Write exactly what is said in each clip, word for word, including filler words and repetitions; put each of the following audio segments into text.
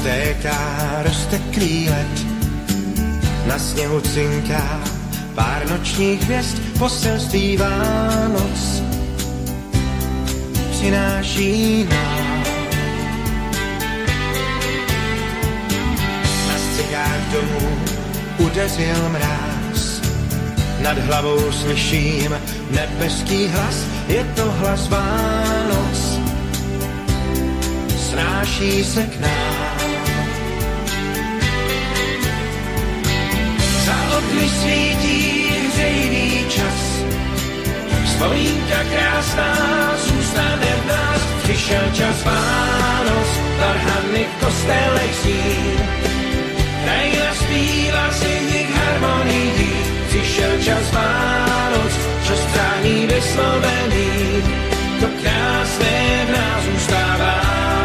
roztéká, rozteklý led, na sněhu cinká pár nočních hvězd, poselství Vánoc přináší nám. Na střechách domů udeřil mráz, nad hlavou slyším nebeský hlas, je to hlas Vánoc, snáší se k nám. Za okny svítí hřejivý čas, vzpomínka krásná zůstane v nás. Přišel čas Vánoc, varhany v kostelech zní, krajina zpívá si jich harmonií. Přišel čas Vánoc, čas přání vyslovený, to krásné v nás zůstává.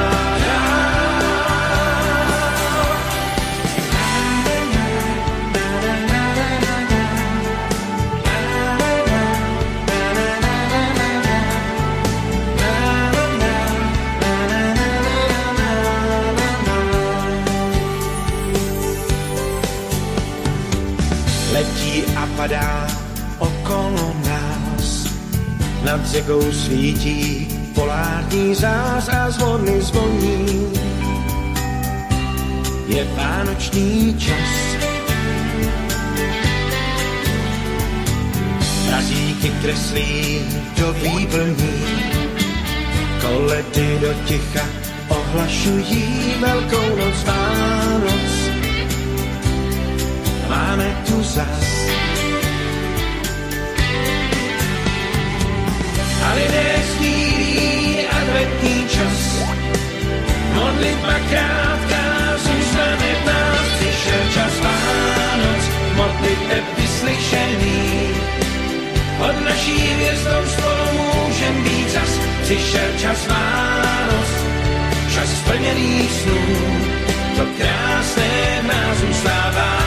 Letí a padá okolo nás, nad řekou svítí polární zář a zvony zvoní. Je vánoční čas, razíky kreslí do výplní, koledy do ticha ohlašují Velkou noc Vánoc. Máme tu zas a lidé sdílí adventní čas, modlitba krátká zůstane v nás. Přišel čas Vánoc, modliteb vyslyšený, pod naší hvězdou spolu můžem být zas. Přišel čas Vánoc, čas splněný snů, to krásné v nás zůstává.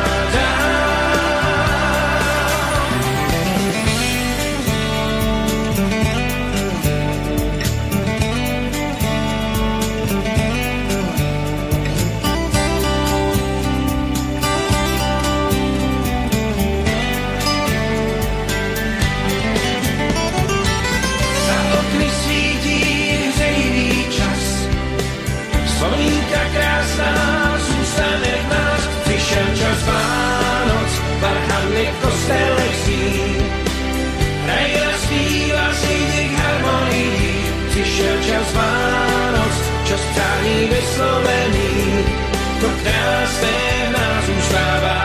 Vzpomínka krásná zůstane v nás. Přišel čas Vánoc, varhany v kostelech zní, krajina zpívá si jich harmonií. Přišel čas Vánoc, čas přání vyslovený, to krásné v nás zůstává.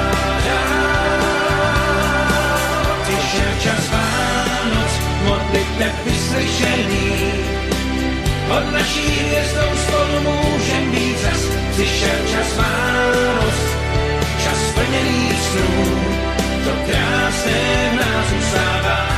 Přišel čas Vánoc, modliteb vyslyšený, pod naší hvězdou spolu můžem být zas. Přišel čas Vánoc, čas splněných snů, to krásné v nás zůstává.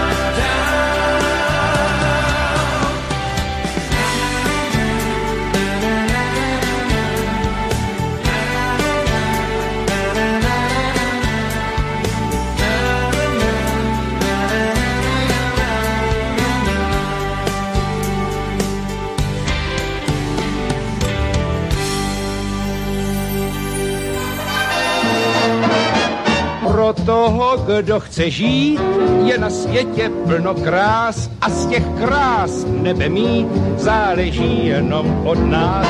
Pro toho, kdo chce žít, je na světě plno krás a z těch krás nebe mít záleží jenom od nás.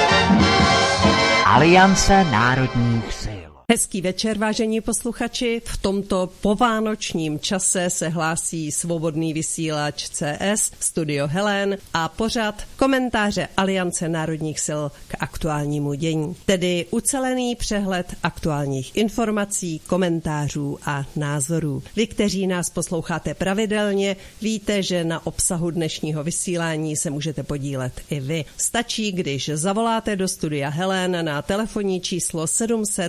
Aliance národních sil. Hezký večer, vážení posluchači. V tomto povánočním čase se hlásí svobodný vysílač C S, Studio Helen a pořad komentáře Aliance národních sil k aktuálnímu dění. Tedy ucelený přehled aktuálních informací, komentářů a názorů. Vy, kteří nás posloucháte pravidelně, víte, že na obsahu dnešního vysílání se můžete podílet i vy. Stačí, když zavoláte do Studia Helen na telefonní číslo sedm set dvacet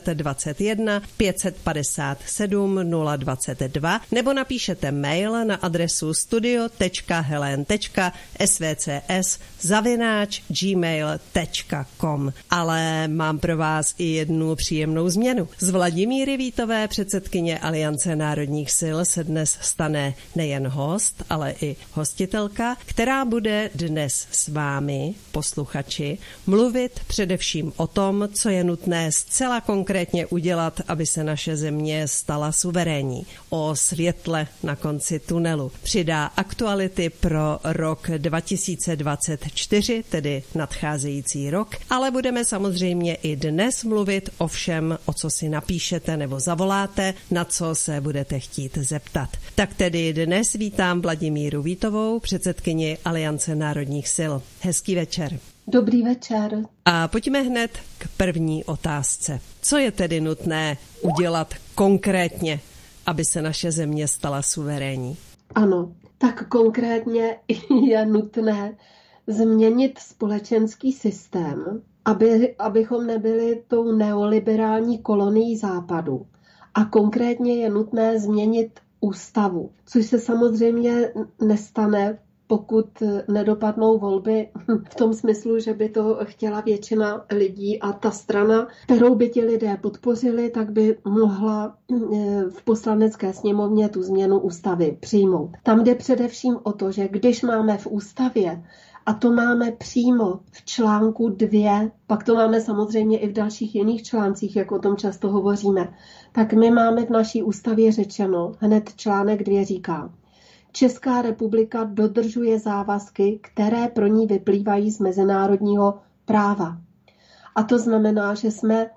dvacet jedna pět padesát sedm nula dvacet dva nebo napíšete mail na adresu studio tečka helen tečka svcs zavináč gmail tečka com. Ale mám pro vás i jednu příjemnou změnu. Z Vladimíry Vítové, předsedkyně Aliance národních sil, se dnes stane nejen host, ale i hostitelka, která bude dnes s vámi, posluchači, mluvit především o tom, co je nutné zcela konkrétně udělat, aby se naše země stala suverénní. O světle na konci tunelu. Přidá aktuality pro rok dva tisíce dvacet čtyři, tedy nadcházející rok, ale budeme samozřejmě i dnes mluvit o všem, o co si napíšete nebo zavoláte, na co se budete chtít zeptat. Tak tedy dnes vítám Vladimíru Vítovou, předsedkyni Aliance národních sil. Hezký večer. Dobrý večer. A pojďme hned k první otázce. Co je tedy nutné udělat konkrétně, aby se naše země stala suverénní? Ano, tak konkrétně je nutné změnit společenský systém, aby, abychom nebyli tou neoliberální kolonií Západu. A konkrétně je nutné změnit ústavu, což se samozřejmě nestane, pokud nedopadnou volby v tom smyslu, že by to chtěla většina lidí a ta strana, kterou by ti lidé podpořili, tak by mohla v poslanecké sněmovně tu změnu ústavy přijmout. Tam jde především o to, že když máme v ústavě, a to máme přímo v článku dvě, pak to máme samozřejmě i v dalších jiných článcích, jak o tom často hovoříme, tak my máme v naší ústavě řečeno, hned článek dvě říká: Česká republika dodržuje závazky, které pro ní vyplývají z mezinárodního práva. A to znamená, že jsme,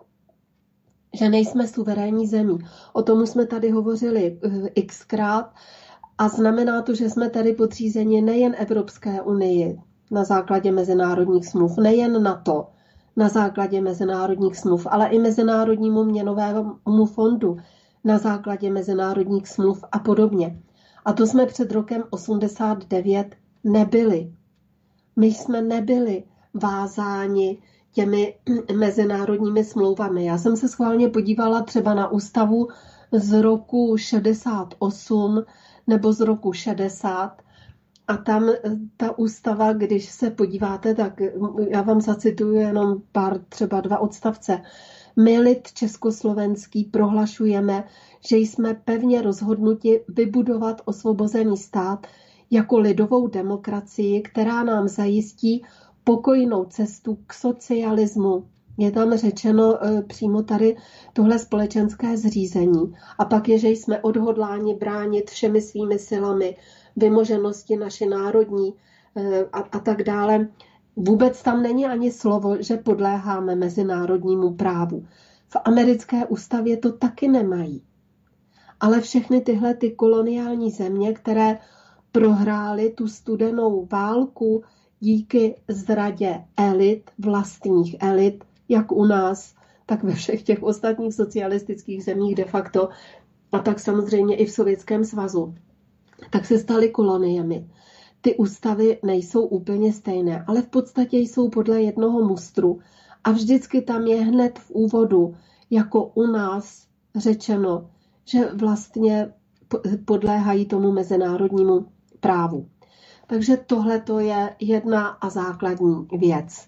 že nejsme suverénní zemí. O tom už jsme tady hovořili xkrát a znamená to, že jsme tady podřízeni nejen Evropské unii na základě mezinárodních smluv, nejen NATO na základě mezinárodních smluv, ale i Mezinárodnímu měnovému fondu na základě mezinárodních smluv a podobně. A to jsme před rokem osmdesát devět nebyli. My jsme nebyli vázáni těmi mezinárodními smlouvami. Já jsem se schválně podívala třeba na ústavu z roku šedesát osm nebo z roku šedesát a tam ta ústava, když se podíváte, tak já vám zacituju jenom pár, třeba dva odstavce. My, lid československý, prohlašujeme, že jsme pevně rozhodnuti vybudovat osvobozený stát jako lidovou demokracii, která nám zajistí pokojnou cestu k socialismu. Je tam řečeno e, přímo tady tohle společenské zřízení. A pak je, že jsme odhodláni bránit všemi svými silami vymoženosti naše národní e, a, a tak dále. Vůbec tam není ani slovo, že podléháme mezinárodnímu právu. V americké ústavě to taky nemají. Ale všechny tyhle ty koloniální země, které prohrály tu studenou válku díky zradě elit, vlastních elit, jak u nás, tak ve všech těch ostatních socialistických zemích de facto, a tak samozřejmě i v Sovětském svazu, tak se staly koloniemi. Ty ústavy nejsou úplně stejné, ale v podstatě jsou podle jednoho mustru a vždycky tam je hned v úvodu, jako u nás řečeno, že vlastně podléhají tomu mezinárodnímu právu. Takže tohle to je jedna a základní věc.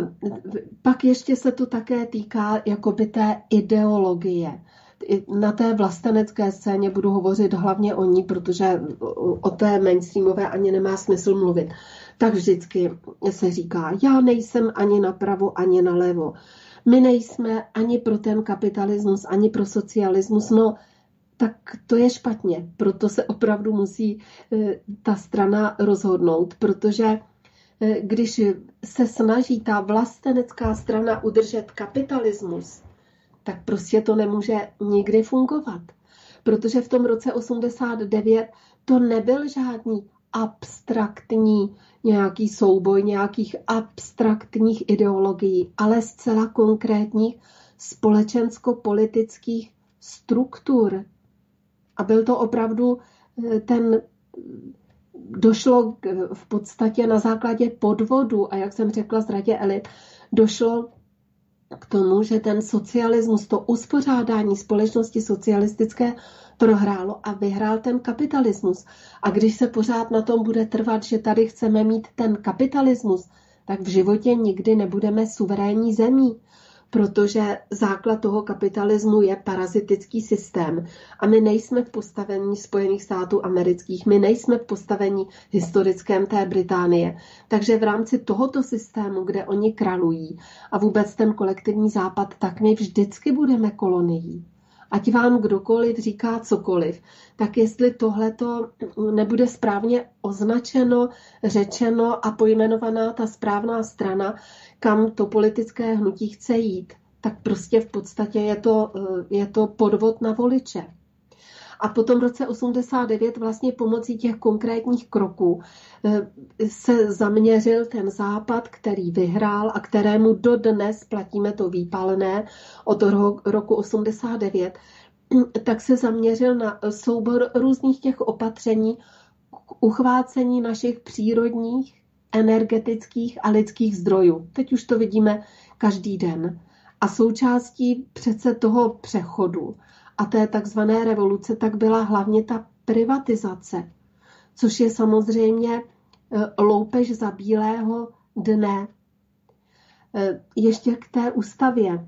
Pak ještě se to také týká jakoby té ideologie. Na té vlastenecké scéně budu hovořit hlavně o ní, protože o té mainstreamové ani nemá smysl mluvit. Tak vždycky se říká, já nejsem ani napravo, ani nalevo. My nejsme ani pro ten kapitalismus, ani pro socialismus. No, tak to je špatně. Proto se opravdu musí ta strana rozhodnout, protože když se snaží ta vlastenecká strana udržet kapitalismus, tak prostě to nemůže nikdy fungovat. Protože v tom roce osmdesát devět to nebyl žádný abstraktní nějaký souboj nějakých abstraktních ideologií, ale zcela konkrétních společensko-politických struktur. A byl to opravdu ten, došlo v podstatě na základě podvodu a jak jsem řekla zradě elit, došlo k tomu, že ten socialismus, to uspořádání společnosti socialistické prohrálo a vyhrál ten kapitalismus. A když se pořád na tom bude trvat, že tady chceme mít ten kapitalismus, tak v životě nikdy nebudeme suverénní zemí, protože základ toho kapitalismu je parazitický systém. A my nejsme v postavení Spojených států amerických, my nejsme v postavení historickém té Británie. Takže v rámci tohoto systému, kde oni kralují a vůbec ten kolektivní západ, tak my vždycky budeme kolonií. Ať vám kdokoliv říká cokoliv, tak jestli tohleto nebude správně označeno, řečeno a pojmenovaná ta správná strana, kam to politické hnutí chce jít, tak prostě v podstatě je to, je to podvod na voliče. A potom v roce osmdesát devět vlastně pomocí těch konkrétních kroků se zaměřil ten západ, který vyhrál a kterému dodnes platíme to výpalné od toho roku osmdesát devět, tak se zaměřil na soubor různých těch opatření k uchvácení našich přírodních, energetických a lidských zdrojů. Teď už to vidíme každý den. A součástí přece toho přechodu a té takzvané revoluce tak byla hlavně ta privatizace, což je samozřejmě loupež za bílého dne. Ještě k té ústavě.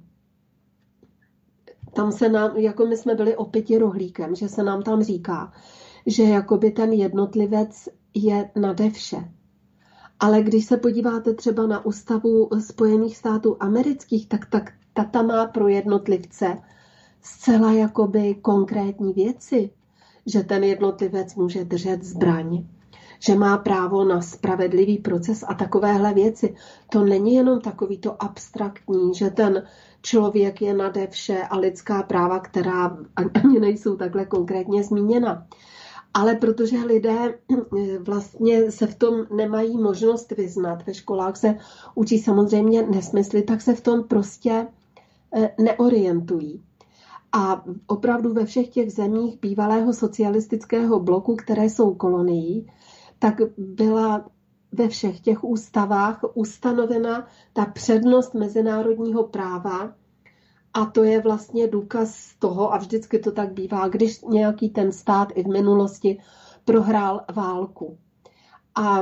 Tam se nám, jako my jsme byli opěti rohlíkem, že se nám tam říká, že jakoby ten jednotlivec je nade vše. Ale když se podíváte třeba na ústavu Spojených států amerických, tak, tak ta tam má pro jednotlivce zcela jakoby konkrétní věci, že ten jednotlivec může držet zbraň, že má právo na spravedlivý proces a takovéhle věci. To není jenom takový to abstraktní, že ten člověk je nade vše a lidská práva, která ani nejsou takhle konkrétně zmíněna. Ale protože lidé vlastně se v tom nemají možnost vyznat, ve školách se učí samozřejmě nesmysly, tak se v tom prostě neorientují. A opravdu ve všech těch zemích bývalého socialistického bloku, které jsou kolonií, tak byla ve všech těch ústavách ustanovena ta přednost mezinárodního práva. A to je vlastně důkaz toho, a vždycky to tak bývá, když nějaký ten stát i v minulosti prohrál válku. A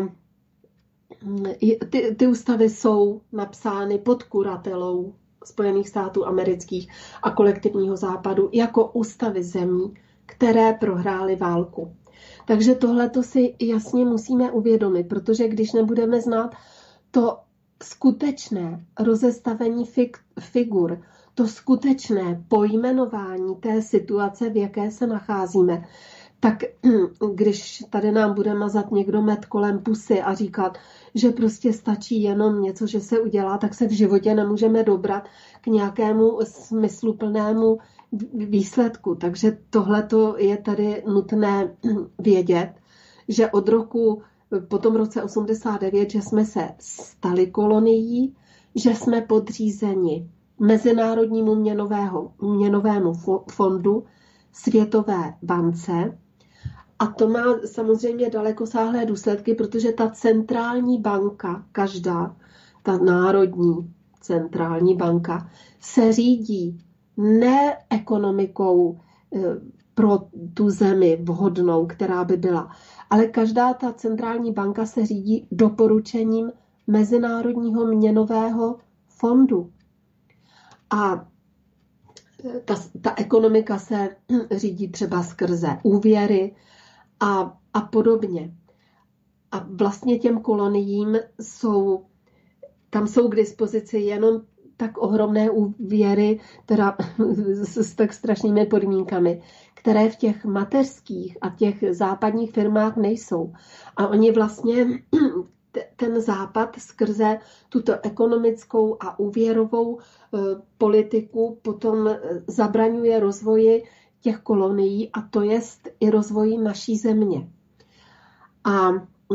ty, ty ústavy jsou napsány pod kuratelou Spojených států amerických a kolektivního západu jako ústavy zemí, které prohrály válku. Takže tohleto si jasně musíme uvědomit, protože když nebudeme znát to skutečné rozestavení fig, figur, to skutečné pojmenování té situace, v jaké se nacházíme, tak když tady nám bude mazat někdo med kolem pusy a říkat, že prostě stačí jenom něco, že se udělá, tak se v životě nemůžeme dobrat k nějakému smysluplnému výsledku. Takže tohleto je tady nutné vědět, že od roku, po tom roce osmdesát devět, že jsme se stali kolonií, že jsme podřízeni Mezinárodnímu měnového, měnovému fondu, Světové bance. A to má samozřejmě dalekosáhlé důsledky, protože ta centrální banka, každá, ta národní centrální banka, se řídí ne ekonomikou pro tu zemi vhodnou, která by byla, ale každá ta centrální banka se řídí doporučením Mezinárodního měnového fondu. A ta, ta ekonomika se řídí třeba skrze úvěry a, a podobně. A vlastně těm koloniím jsou, tam jsou k dispozici jenom tak ohromné úvěry, teda s, s tak strašnými podmínkami, které v těch mateřských a těch západních firmách nejsou. A oni vlastně ten západ skrze tuto ekonomickou a úvěrovou politiku potom zabraňuje rozvoji těch kolonií, a to jest i rozvoji naší země. A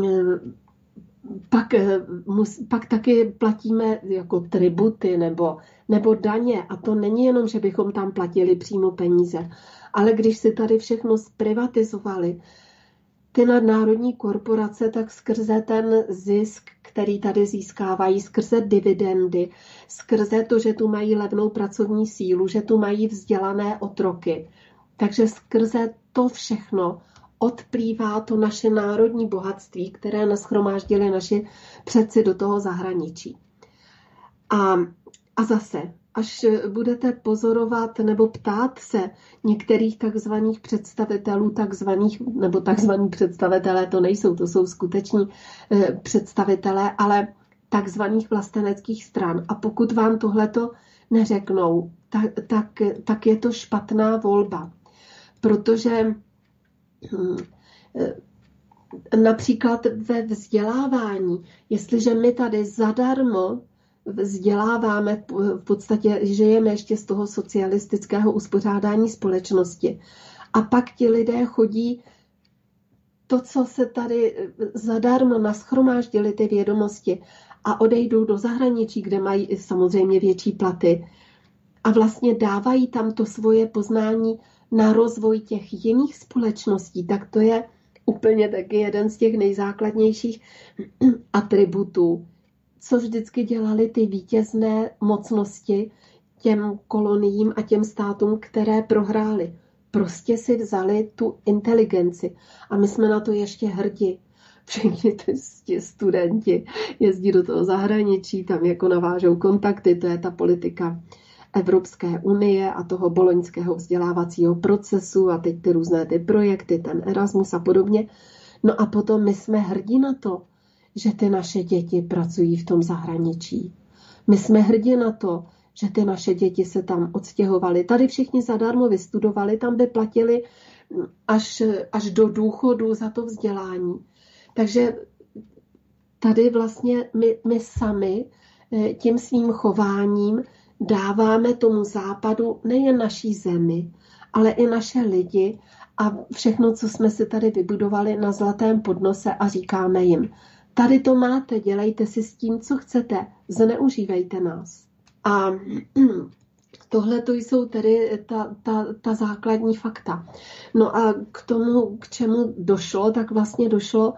pak, pak taky platíme jako tributy nebo, nebo daně, a to není jenom, že bychom tam platili přímo peníze, ale když si tady všechno zprivatizovali, ty nadnárodní korporace tak skrze ten zisk, který tady získávají, skrze dividendy, skrze to, že tu mají levnou pracovní sílu, že tu mají vzdělané otroky. Takže skrze to všechno odplývá to naše národní bohatství, které nashromáždili naši předci do toho zahraničí. A, a zase, až budete pozorovat nebo ptát se některých takzvaných představitelů, takzvaných, nebo takzvaní představitelé to nejsou, to jsou skuteční eh, představitelé, ale takzvaných vlasteneckých stran. A pokud vám tohleto neřeknou, tak, tak, tak je to špatná volba. Protože hm, například ve vzdělávání, jestliže my tady zadarmo vzděláváme, v podstatě žijeme ještě z toho socialistického uspořádání společnosti. A pak ti lidé chodí, to, co se tady zadarmo nashromáždili, ty vědomosti, a odejdou do zahraničí, kde mají samozřejmě větší platy. A vlastně dávají tam to svoje poznání na rozvoj těch jiných společností. Tak to je úplně taky jeden z těch nejzákladnějších atributů, co vždycky dělali ty vítězné mocnosti těm koloniím a těm státům, které prohrály. Prostě si vzali tu inteligenci. A my jsme na to ještě hrdí. Všichni ty studenti jezdí do toho zahraničí, tam jako navážou kontakty, to je ta politika Evropské unie a toho boloňského vzdělávacího procesu a teď ty různé ty projekty, ten Erasmus a podobně. No a potom my jsme hrdí na to, že ty naše děti pracují v tom zahraničí. My jsme hrdí na to, že ty naše děti se tam odstěhovaly. Tady všichni zadarmo vystudovali, tam by platili až, až do důchodu za to vzdělání. Takže tady vlastně my, my sami tím svým chováním dáváme tomu západu nejen naší zemi, ale i naše lidi a všechno, co jsme si tady vybudovali na zlatém podnose a říkáme jim, tady to máte, dělejte si s tím, co chcete, zneužívejte nás. A tohle to jsou tedy ta, ta, ta základní fakta. No a k tomu, k čemu došlo, tak vlastně došlo,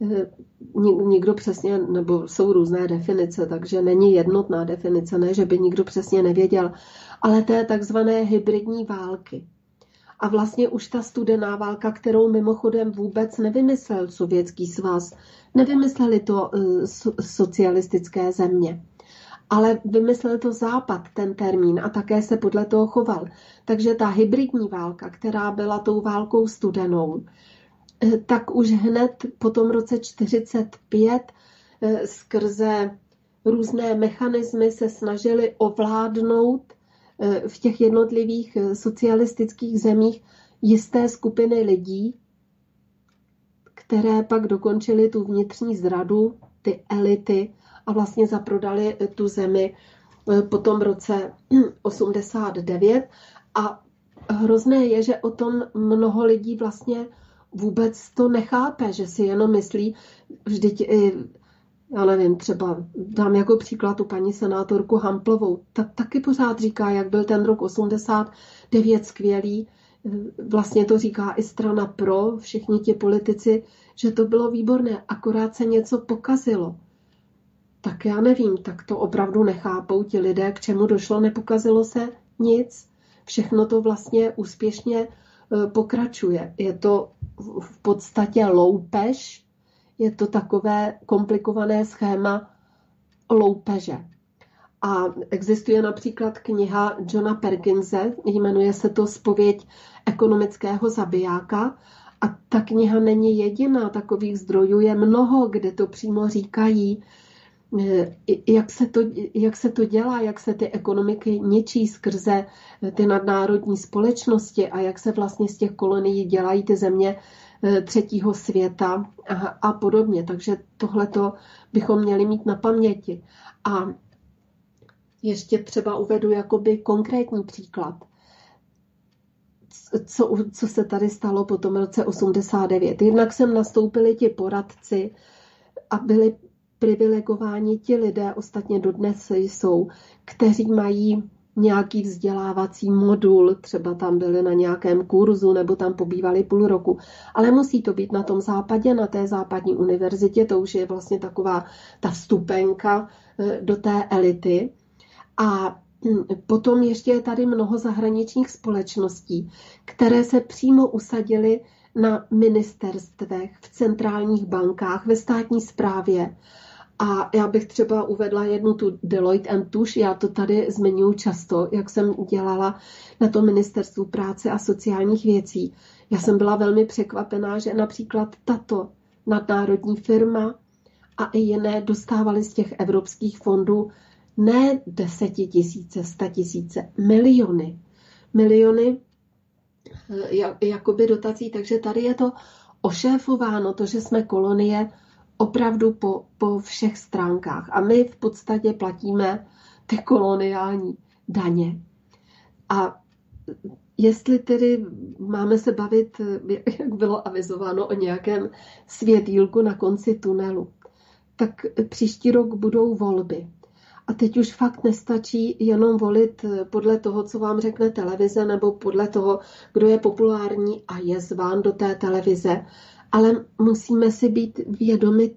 nikdo přesně, nebo jsou různé definice, takže není jednotná definice, ne, že by nikdo přesně nevěděl, ale té takzvané hybridní války. A vlastně už ta studená válka, kterou mimochodem vůbec nevymyslel Sovětský svaz, nevymysleli to socialistické země, ale vymyslel to Západ, ten termín, a také se podle toho choval. Takže ta hybridní válka, která byla tou válkou studenou, tak už hned po tom roce čtyřicet pět skrze různé mechanismy se snažili ovládnout v těch jednotlivých socialistických zemích jisté skupiny lidí, které pak dokončily tu vnitřní zradu, ty elity, a vlastně zaprodali tu zemi po tom roce osmdesát devět. A hrozné je, že o tom mnoho lidí vlastně vůbec to nechápe, že si jenom myslí, vždyť, já nevím, třeba dám jako příklad tu paní senátorku Hamplovou, ta taky pořád říká, jak byl ten rok osmdesát devět skvělý, vlastně to říká i strana Pro, všichni ti politici, že to bylo výborné, akorát se něco pokazilo. Tak já nevím, tak to opravdu nechápou ti lidé, k čemu došlo, nepokazilo se nic, všechno to vlastně úspěšně pokračuje. Je to v podstatě loupež, je to takové komplikované schéma loupeže. A existuje například kniha Johna Perkinse, jmenuje se to Zpověď ekonomického zabijáka, a ta kniha není jediná, takových zdrojů je mnoho, kde to přímo říkají, jak se to, jak se to dělá, jak se ty ekonomiky ničí skrze ty nadnárodní společnosti a jak se vlastně z těch kolonií dělají ty země třetího světa a, a podobně. Takže tohleto bychom měli mít na paměti. A ještě třeba uvedu jakoby konkrétní příklad, co, co se tady stalo po tom roce osmdesát devět. Jednak sem nastoupili ti poradci a byli privilegováni ti lidé, ostatně dodnes jsou, kteří mají nějaký vzdělávací modul, třeba tam byli na nějakém kurzu nebo tam pobývali půl roku, ale musí to být na tom západě, na té západní univerzitě, to už je vlastně taková ta vstupenka do té elity. A potom ještě je tady mnoho zahraničních společností, které se přímo usadily na ministerstvech, v centrálních bankách, ve státní správě. A já bych třeba uvedla jednu tu Deloitte and Touche, já to tady zmiňuji často, jak jsem dělala na tom ministerstvu práce a sociálních věcí. Já jsem byla velmi překvapená, že například tato nadnárodní firma a i jiné dostávaly z těch evropských fondů ne desetitisíce, statisíce, miliony. Miliony jakoby dotací, takže tady je to ošéfováno, to, že jsme kolonie, opravdu po, po všech stránkách. A my v podstatě platíme ty koloniální daně. A jestli tedy máme se bavit, jak bylo avizováno, o nějakém světýlku na konci tunelu, tak příští rok budou volby. A teď už fakt nestačí jenom volit podle toho, co vám řekne televize, nebo podle toho, kdo je populární a je zván do té televize, ale musíme si být vědomi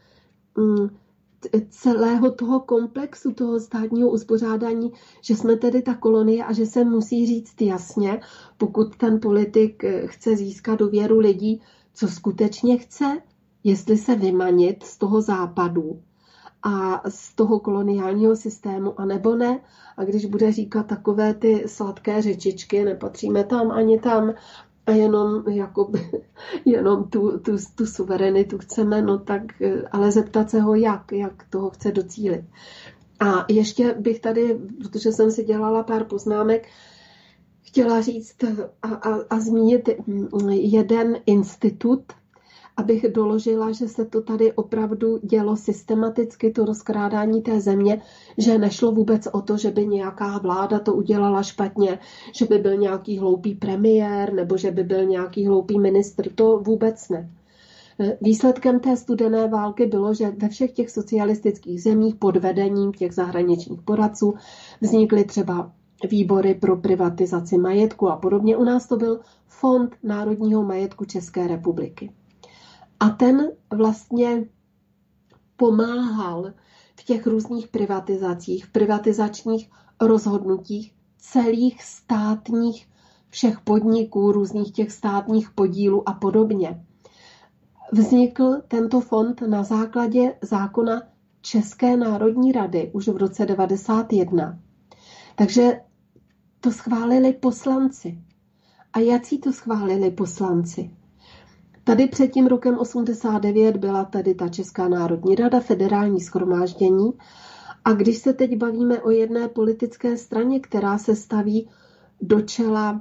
celého toho komplexu, toho státního uspořádání, že jsme tedy ta kolonie a že se musí říct jasně, pokud ten politik chce získat důvěru lidí, co skutečně chce, jestli se vymanit z toho západu a z toho koloniálního systému, anebo ne. A když bude říkat takové ty sladké řečičky, nepatříme tam ani tam, a jenom, jakoby, jenom tu, tu, tu suverenitu chceme, no tak, ale zeptat se ho jak, jak toho chce docílit. A ještě bych tady, protože jsem si dělala pár poznámek, chtěla říct a, a, a zmínit jeden institut, abych doložila, že se to tady opravdu dělo systematicky, to rozkrádání té země, že nešlo vůbec o to, že by nějaká vláda to udělala špatně, že by byl nějaký hloupý premiér nebo že by byl nějaký hloupý ministr, to vůbec ne. Výsledkem té studené války bylo, že ve všech těch socialistických zemích pod vedením těch zahraničních poradců vznikly třeba výbory pro privatizaci majetku a podobně. U nás to byl Fond národního majetku České republiky. A ten vlastně pomáhal v těch různých privatizacích, v privatizačních rozhodnutích celých státních všech podniků, různých těch státních podílů a podobně. Vznikl tento fond na základě zákona České národní rady už v roce devadesát jedna. Takže to schválili poslanci. A jací to schválili poslanci? Tady před tím rokem osmdesát devět byla tady ta Česká národní rada, federální shromáždění. A když se teď bavíme o jedné politické straně, která se staví do čela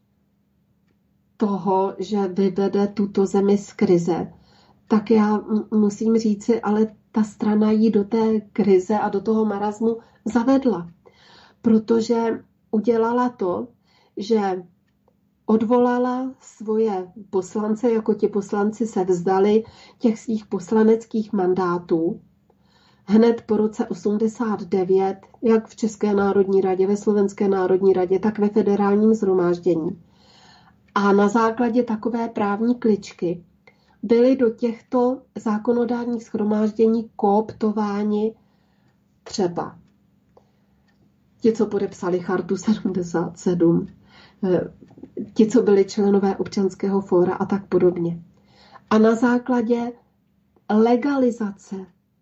toho, že vyvede tuto zemi z krize, tak já musím říci, ale ta strana ji do té krize a do toho marazmu zavedla. Protože udělala to, že odvolala svoje poslance, jako ti poslanci se vzdali těch svých poslaneckých mandátů hned po roce osmdesát devět, jak v České národní radě, ve Slovenské národní radě, tak ve federálním shromáždění. A na základě takové právní kličky byli do těchto zákonodárních shromáždění kooptováni třeba ti, co podepsali chartu sedmdesát sedm, ti, co byli členové občanského fóra a tak podobně. A na základě legalizace,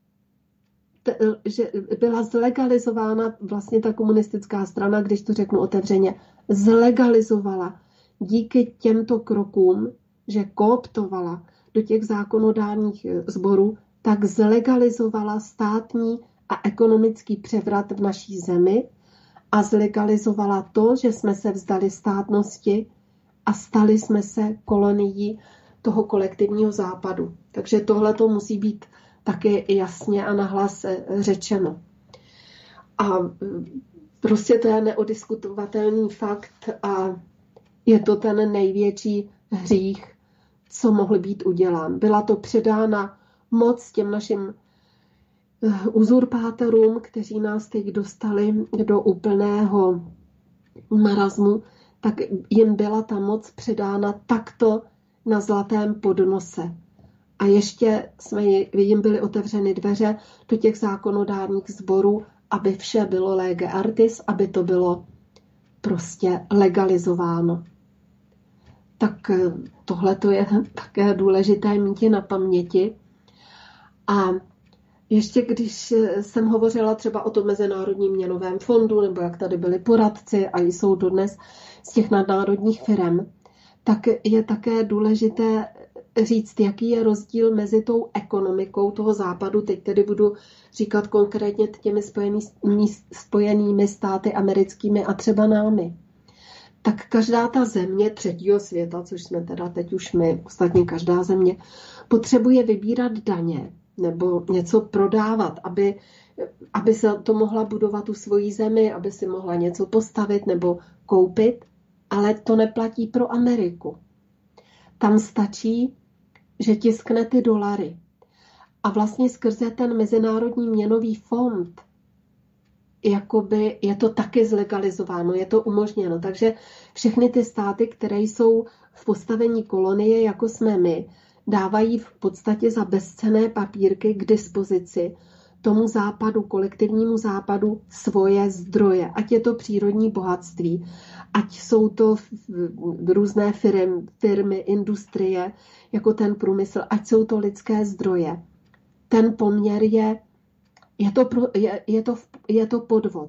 že byla zlegalizována vlastně ta komunistická strana, když to řeknu otevřeně, zlegalizovala díky těmto krokům, že kooptovala do těch zákonodárních sborů, tak zlegalizovala státní a ekonomický převrat v naší zemi a zlegalizovala to, že jsme se vzdali státnosti a stali jsme se kolonií toho kolektivního západu. Takže tohle to musí být taky jasně a nahlas řečeno. A prostě to je neodiskutovatelný fakt a je to ten největší hřích, co mohl být udělán. Byla to předána moc těm našim uzurpátorům, kteří nás teď dostali do úplného marazmu, tak jim byla ta moc předána takto na zlatém podnose. A ještě jsme jim byly otevřeny dveře do těch zákonodárných sborů, aby vše bylo lege artis, aby to bylo prostě legalizováno. Tak tohle to je také důležité mít na paměti. A ještě když jsem hovořila třeba o tom Mezinárodním měnovém fondu, nebo jak tady byli poradci a jsou dodnes z těch nadnárodních firem, tak je také důležité říct, jaký je rozdíl mezi tou ekonomikou toho západu, teď tedy budu říkat konkrétně těmi spojenými, spojenými státy americkými a třeba námi. Tak každá ta země třetího světa, což jsme teda teď už my, ostatně každá země, potřebuje vybírat daně nebo něco prodávat, aby, aby se to mohla budovat tu svoji zemi, aby si mohla něco postavit nebo koupit, ale to neplatí pro Ameriku. Tam stačí, že tiskne ty dolary. A vlastně skrze ten Mezinárodní měnový fond jakoby je to taky zlegalizováno, je to umožněno. Takže všechny ty státy, které jsou v postavení kolonie, jako jsme my, dávají v podstatě za bezcenné papírky k dispozici tomu západu, kolektivnímu západu svoje zdroje. Ať je to přírodní bohatství, ať jsou to různé firmy, firmy, industrie, jako ten průmysl, ať jsou to lidské zdroje. Ten poměr je, je, to, pro, je, je, to, je to podvod.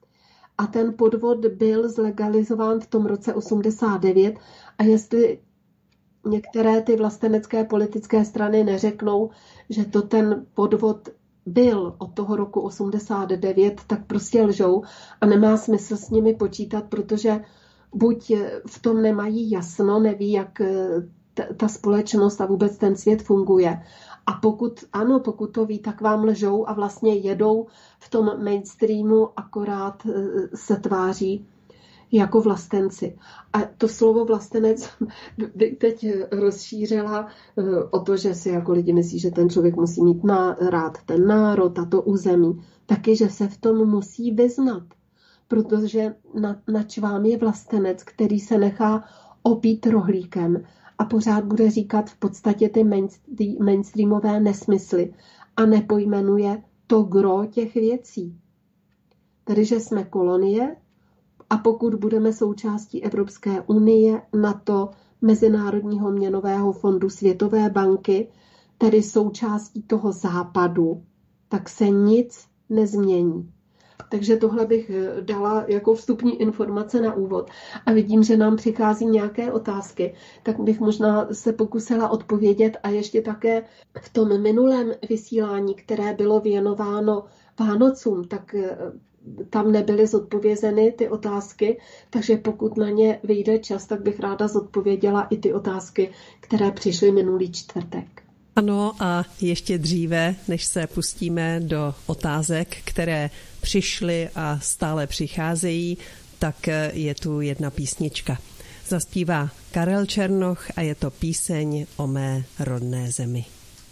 A ten podvod byl zlegalizován v tom roce osmdesát devět a jestli některé ty vlastenecké politické strany neřeknou, že to ten podvod byl od toho roku osmdesát devět, tak prostě lžou a nemá smysl s nimi počítat, protože buď v tom nemají jasno, neví, jak ta společnost a vůbec ten svět funguje. A pokud ano, pokud to ví, tak vám lžou a vlastně jedou v tom mainstreamu, akorát se tváří jako vlastenci. A to slovo vlastenec bych teď rozšířila o to, že si jako lidi myslí, že ten člověk musí mít na, rád ten národ a to území. Taky, že se v tom musí vyznat. Protože na, nač vám je vlastenec, který se nechá opít rohlíkem a pořád bude říkat v podstatě ty mainstreamové nesmysly a nepojmenuje to gro těch věcí. Tedy, že jsme kolonie, a pokud budeme součástí Evropské unie, NATO, Mezinárodního měnového fondu, Světové banky, tedy součástí toho západu, tak se nic nezmění. Takže tohle bych dala jako vstupní informace na úvod. A vidím, že nám přichází nějaké otázky, tak bych možná se pokusila odpovědět a ještě také v tom minulém vysílání, které bylo věnováno Vánocům, tak tam nebyly zodpovězeny ty otázky, takže pokud na ně vyjde čas, tak bych ráda zodpověděla i ty otázky, které přišly minulý čtvrtek. Ano, a ještě dříve, než se pustíme do otázek, které přišly a stále přicházejí, tak je tu jedna písnička. Zaspívá Karel Černoch a je to píseň o mé rodné zemi.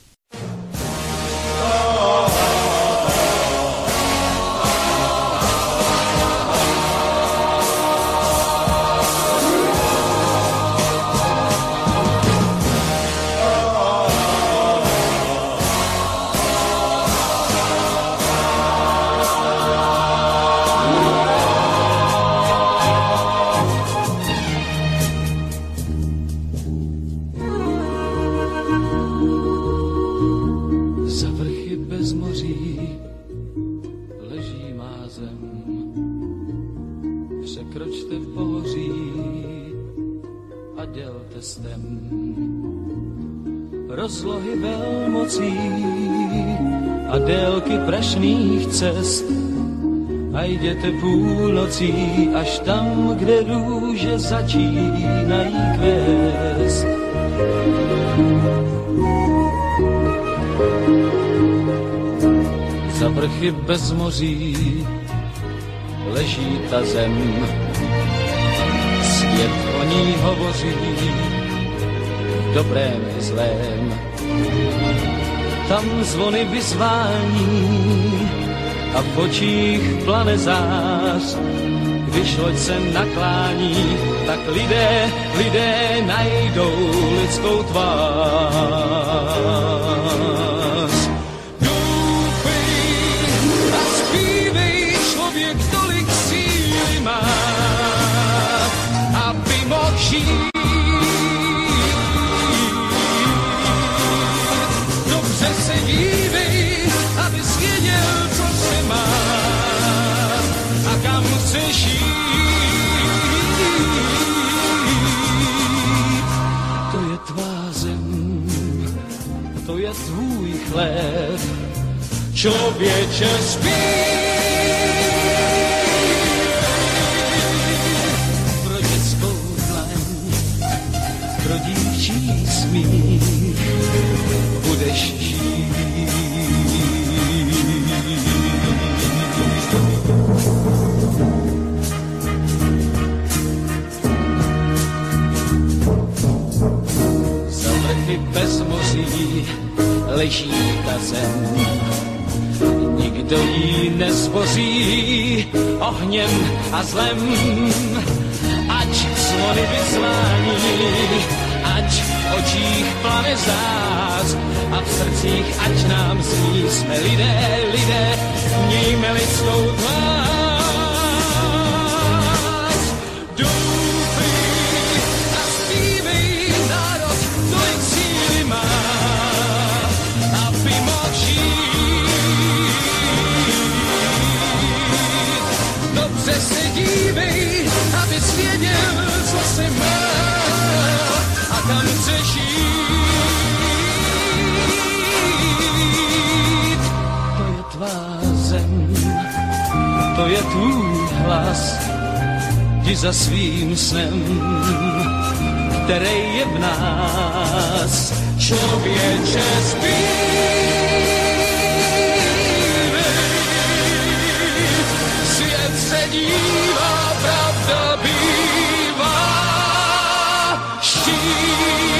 Rozlohy velmocí a délky prašných cest a jděte půlnocí až tam, kde růže začínají kvést. Za vrchy bez moří leží ta zem, svět o ní hovoří, dobrém i zlém. tam zvony vyzvání a v očích plane zář. Když loď se naklání, tak lidé, lidé najdou lidskou tvář. Doufej a zpívej, člověk tolik síly má, aby mohl žít. Dobře se dívej, abys věděl, co se má a kam chceš jít. To je tvá zem, to je tvůj chléb, člověče zpívej. Pro dětskou dlaň, pro dívčí smích budeš žít. Za vrchy bez moří leží ta zem, nikdo ji nezboří ohněm a zlem. Ať zvony vyzvání, ať v očích plane zář a v srdcích ať nám zní, jsme lidé, lidé, mějme lidskou tvář. Doufej a zpívej, národ tolik síly má, aby mohl žít. Dobře se dívej, abys věděl, co se má a kam chceš jít. To je tvá zem, to je tvůj hlas, jdi za svým snem, který je v nás. Člověče zpívej, svět se dívá, pravda bývá štít.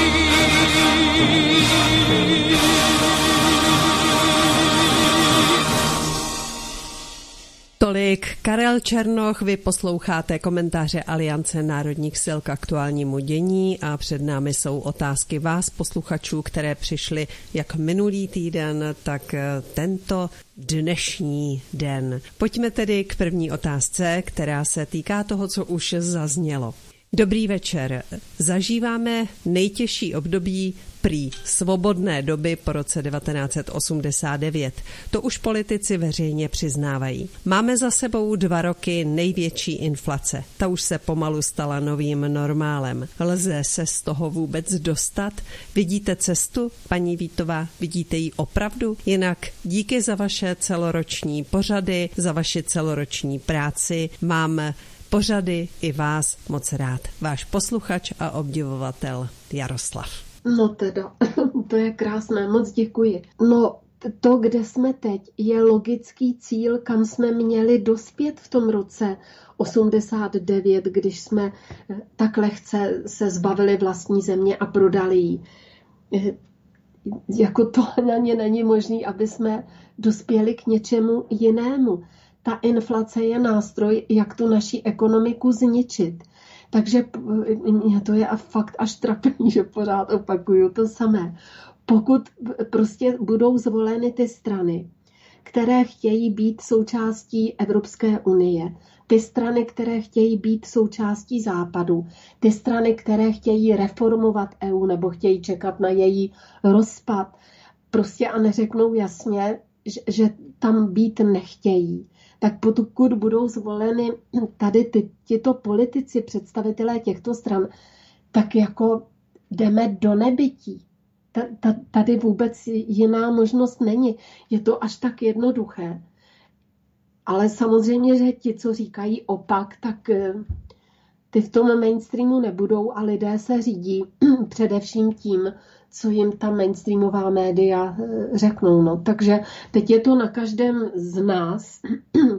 Tolik Karel Černoch, vy posloucháte komentáře Aliance národních sil k aktuálnímu dění a před námi jsou otázky vás, posluchačů, které přišly jak minulý týden, tak tento dnešní den. Pojďme tedy k první otázce, která se týká toho, co už zaznělo. Dobrý večer. Zažíváme nejtěžší období prý svobodné doby po roce devatenáct set osmdesát devět. To už politici veřejně přiznávají. Máme za sebou dva roky největší inflace. Ta už se pomalu stala novým normálem. Lze se z toho vůbec dostat? Vidíte cestu, paní Vítová? Vidíte ji opravdu? Jinak díky za vaše celoroční pořady, za vaši celoroční práci. Mám pořady i vás moc rád. Váš posluchač a obdivovatel Jaroslav. No teda, to je krásné, moc děkuji. No, to, kde jsme teď, je logický cíl, kam jsme měli dospět v tom roce osmdesát devět, když jsme tak lehce se zbavili vlastní země a prodali ji. Jako to ani není možné, aby jsme dospěli k něčemu jinému. Ta inflace je nástroj, jak tu naši ekonomiku zničit. Takže to je fakt až trapný, že pořád opakuju to samé. Pokud prostě budou zvoleny ty strany, které chtějí být součástí Evropské unie, ty strany, které chtějí být součástí Západu, ty strany, které chtějí reformovat E U nebo chtějí čekat na její rozpad, prostě a neřeknou jasně, že, že tam být nechtějí, tak pokud budou zvoleny tady ty, tyto politici, představitelé těchto stran, tak jako jdeme do nebytí. Tady vůbec jiná možnost není. Je to až tak jednoduché. Ale samozřejmě, že ti, co říkají opak, tak ty v tom mainstreamu nebudou a lidé se řídí především tím, co jim ta mainstreamová média řeknou. No. Takže teď je to na každém z nás.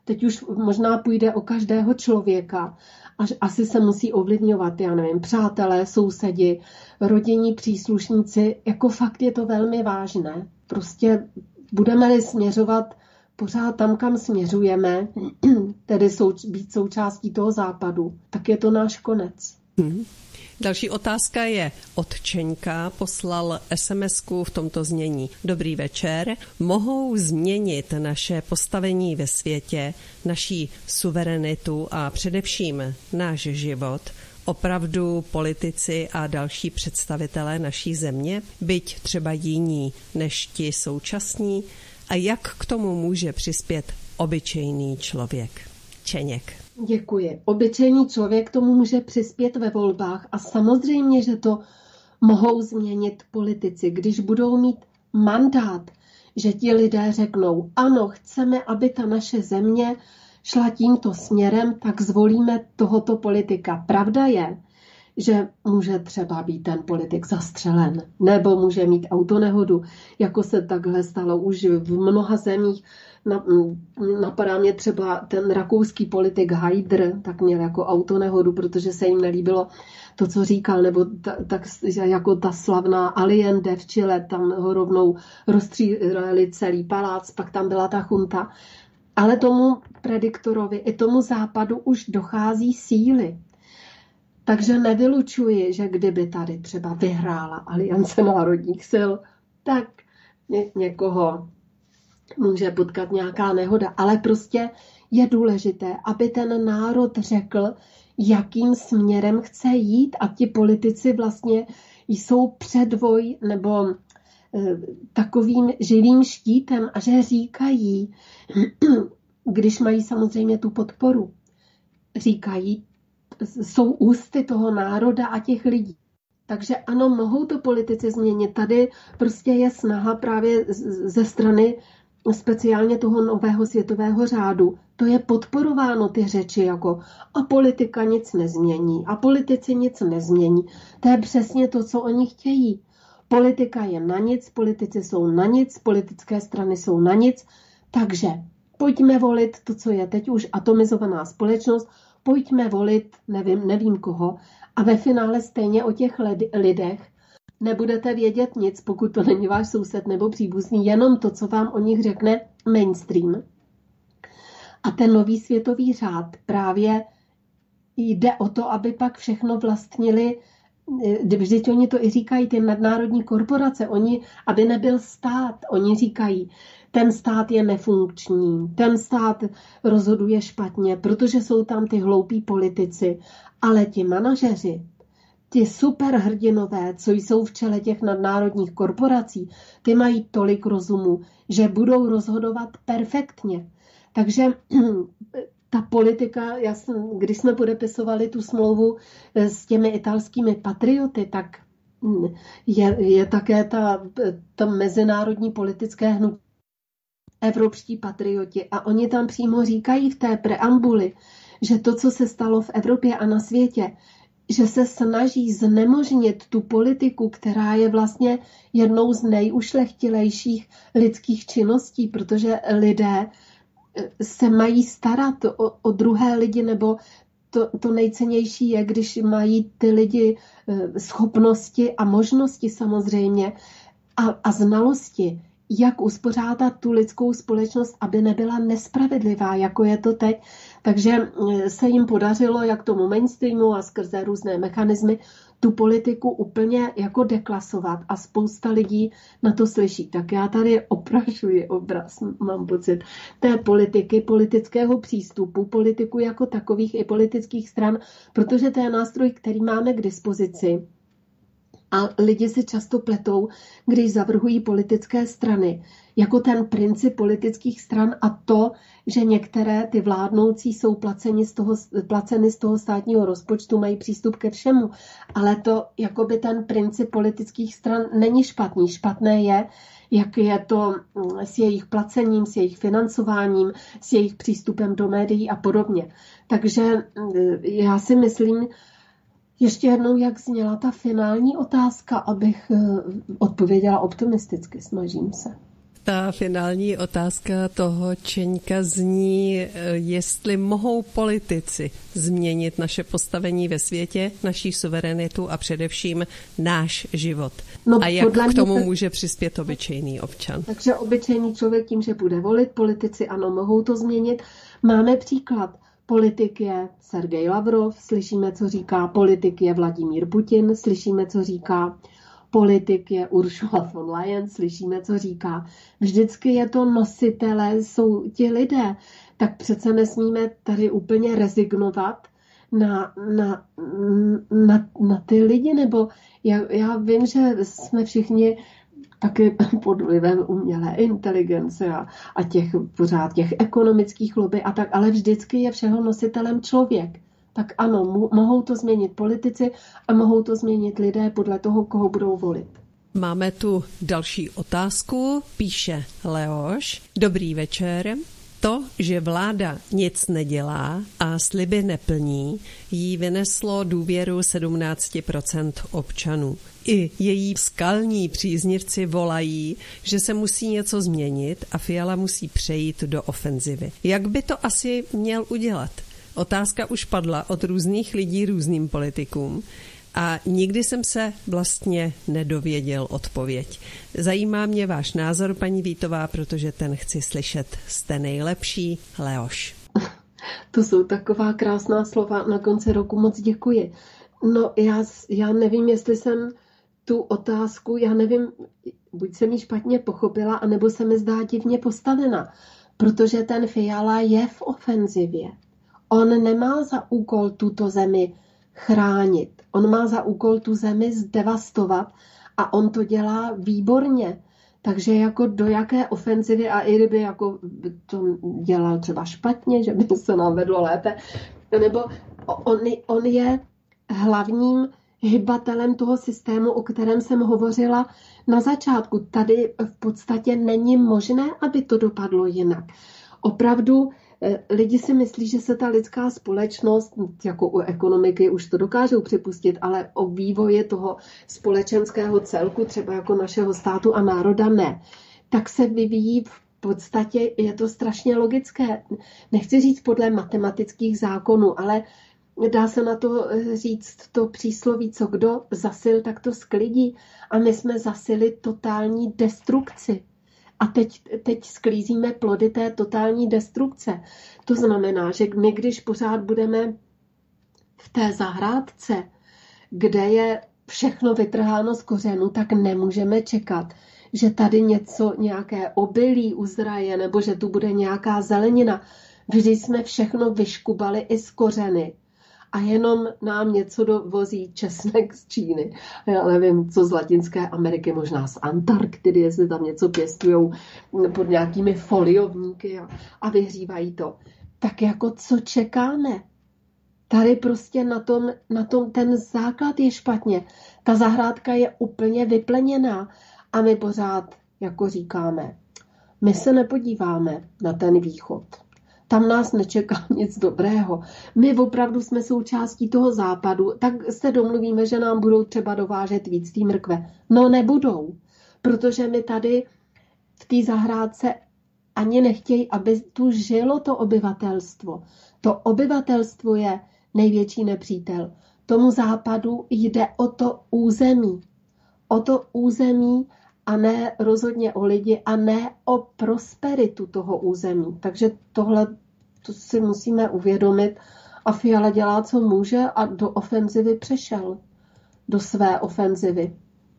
teď už možná půjde o každého člověka, až asi se musí ovlivňovat, já nevím, přátelé, sousedi, rodinní příslušníci, jako fakt je to velmi vážné. Prostě budeme-li směřovat pořád tam, kam směřujeme, tedy sou, být součástí toho západu, tak je to náš konec. Hmm. Další otázka je od Čeňka, poslal es em esku v tomto znění. Dobrý večer. Mohou změnit naše postavení ve světě, naší suverenitu a především náš život opravdu politici a další představitelé naší země, byť třeba jiní než ti současní? A jak k tomu může přispět obyčejný člověk? Čeněk. Děkuji. Obyčejný člověk tomu může přispět ve volbách a samozřejmě, že to mohou změnit politici, když budou mít mandát, že ti lidé řeknou, ano, chceme, aby ta naše země šla tímto směrem, tak zvolíme tohoto politika. Pravda je, že může třeba být ten politik zastřelen, nebo může mít autonehodu, jako se takhle stalo už v mnoha zemích. Napadá mě třeba ten rakouský politik Haider, tak měl jako autonehodu, protože se jim nelíbilo to, co říkal, nebo ta, tak jako ta slavná Allende v Chile, tam ho rovnou rozstříleli celý palác, pak tam byla ta chunta. Ale tomu prediktorovi i tomu západu už dochází síly. Takže nevylučuji, že kdyby tady třeba vyhrála Aliance národních sil, tak ně, někoho může potkat nějaká nehoda. Ale prostě je důležité, aby ten národ řekl, jakým směrem chce jít a ti politici vlastně jsou předvoj nebo e, takovým živým štítem a že říkají, když mají samozřejmě tu podporu, říkají, jsou ústy toho národa a těch lidí. Takže ano, mohou to politici změnit. Tady prostě je snaha právě ze strany speciálně toho nového světového řádu. To je podporováno ty řeči jako a politika nic nezmění a politici nic nezmění. To je přesně to, co oni chtějí. Politika je na nic, politici jsou na nic, politické strany jsou na nic, takže pojďme volit to, co je teď už atomizovaná společnost, pojďme volit, nevím, nevím koho, a ve finále stejně o těch lidech nebudete vědět nic, pokud to není váš soused nebo příbuzný, jenom to, co vám o nich řekne mainstream. A ten nový světový řád právě jde o to, aby pak všechno vlastnili, vždyť oni to i říkají, ty nadnárodní korporace, oni, aby nebyl stát, oni říkají, ten stát je nefunkční, ten stát rozhoduje špatně, protože jsou tam ty hloupí politici, ale ti manažeři, ti superhrdinové, co jsou v čele těch nadnárodních korporací, ty mají tolik rozumu, že budou rozhodovat perfektně. Takže ta politika, já jsem, když jsme podepisovali tu smlouvu s těmi italskými patrioty, tak je, je také ta, ta mezinárodní politické hnutí evropští patrioti a oni tam přímo říkají v té preambuli, že to, co se stalo v Evropě a na světě, že se snaží znemožnit tu politiku, která je vlastně jednou z nejušlechtilejších lidských činností, protože lidé se mají starat o, o druhé lidi, nebo to, to nejcennější je, když mají ty lidi schopnosti a možnosti samozřejmě a, a znalosti, jak uspořádat tu lidskou společnost, aby nebyla nespravedlivá, jako je to teď. Takže se jim podařilo, jak tomu mainstreamu a skrze různé mechanismy, tu politiku úplně jako deklasovat a spousta lidí na to slyší. Tak já tady oprašuji obraz, mám pocit, té politiky, politického přístupu, politiku jako takových i politických stran, protože to je nástroj, který máme k dispozici. A lidi si často pletou, když zavrhují politické strany, jako ten princip politických stran a to, že některé ty vládnoucí jsou placeni z toho, placeny z toho státního rozpočtu, mají přístup ke všemu. Ale to, jakoby ten princip politických stran není špatný. Špatné je, jak je to s jejich placením, s jejich financováním, s jejich přístupem do médií a podobně. Takže já si myslím, ještě jednou, jak zněla ta finální otázka, abych odpověděla optimisticky, snažím se. Ta finální otázka toho Čeňka zní, jestli mohou politici změnit naše postavení ve světě, naší suverenitu a především náš život. No, a jak k tomu se... může přispět obyčejný občan? Takže obyčejný člověk tím, že bude volit, politici ano, mohou to změnit. Máme příklad. Politik je Sergej Lavrov, slyšíme, co říká, politik je Vladimír Putin, slyšíme, co říká, politik je Ursula von Leyen, slyšíme, co říká. Vždycky je to nositelé, jsou ti lidé. Tak přece nesmíme tady úplně rezignovat na, na, na, na ty lidi, nebo já, já vím, že jsme všichni taky pod vlivem umělé inteligence a, a těch pořád těch ekonomických lobby a tak, ale vždycky je všeho nositelem člověk. Tak ano, mo- mohou to změnit politici a mohou to změnit lidé podle toho, koho budou volit. Máme tu další otázku, píše Leoš. Dobrý večer. To, že vláda nic nedělá a sliby neplní, jí vyneslo důvěru sedmnáct procent občanů. I její skalní příznivci volají, že se musí něco změnit a Fiala musí přejít do ofenzivy. Jak by to asi měl udělat? Otázka už padla od různých lidí různým politikům a nikdy jsem se vlastně nedověděl odpověď. Zajímá mě váš názor, paní Vítová, protože ten chci slyšet. Jste nejlepší, Leoš. To jsou taková krásná slova. Na konci roku moc děkuji. No já, já nevím, jestli jsem tu otázku, já nevím, buď jsem ji špatně pochopila, anebo se mi zdá divně postavena, protože ten Fiala je v ofenzivě. On nemá za úkol tuto zemi chránit. On má za úkol tu zemi zdevastovat a on to dělá výborně. Takže jako do jaké ofenzivy a i kdyby jako to dělal třeba špatně, že by se nám vedlo lépe, nebo on, on je hlavním hybatelem toho systému, o kterém jsem hovořila na začátku. Tady v podstatě není možné, aby to dopadlo jinak. Opravdu lidi si myslí, že se ta lidská společnost, jako u ekonomiky, už to dokážou připustit, ale o vývoji toho společenského celku, třeba jako našeho státu a národa, ne. Tak se vyvíjí v podstatě, je to strašně logické. Nechci říct podle matematických zákonů, ale dá se na to říct to přísloví, co kdo zasil, tak to sklidí. A my jsme zasili totální destrukci. A teď, teď sklízíme plody té totální destrukce. To znamená, že my, když pořád budeme v té zahrádce, kde je všechno vytrháno z kořenu, tak nemůžeme čekat, že tady něco, nějaké obilí uzraje, nebo že tu bude nějaká zelenina. Vždy jsme všechno vyškubali i z kořeny. A jenom nám něco dovozí česnek z Číny. Já nevím, co z Latinské Ameriky, možná z Antarktidy, jestli tam něco pěstujou pod nějakými foliovníky a, a vyhřívají to. Tak jako co čekáme? Tady prostě na tom, na tom ten základ je špatně. Ta zahrádka je úplně vypleněná a my pořád jako říkáme, my se nepodíváme na ten východ. Tam nás nečeká nic dobrého. My opravdu jsme součástí toho západu, tak se domluvíme, že nám budou třeba dovážet víc té mrkve. No nebudou, protože my tady v té zahrádce ani nechtějí, aby tu žilo to obyvatelstvo. To obyvatelstvo je největší nepřítel. Tomu západu jde o to území. O to území a ne rozhodně o lidi a ne o prosperitu toho území. Takže tohle to si musíme uvědomit a Fiala dělá, co může a do ofenzivy přešel. Do své ofenzivy.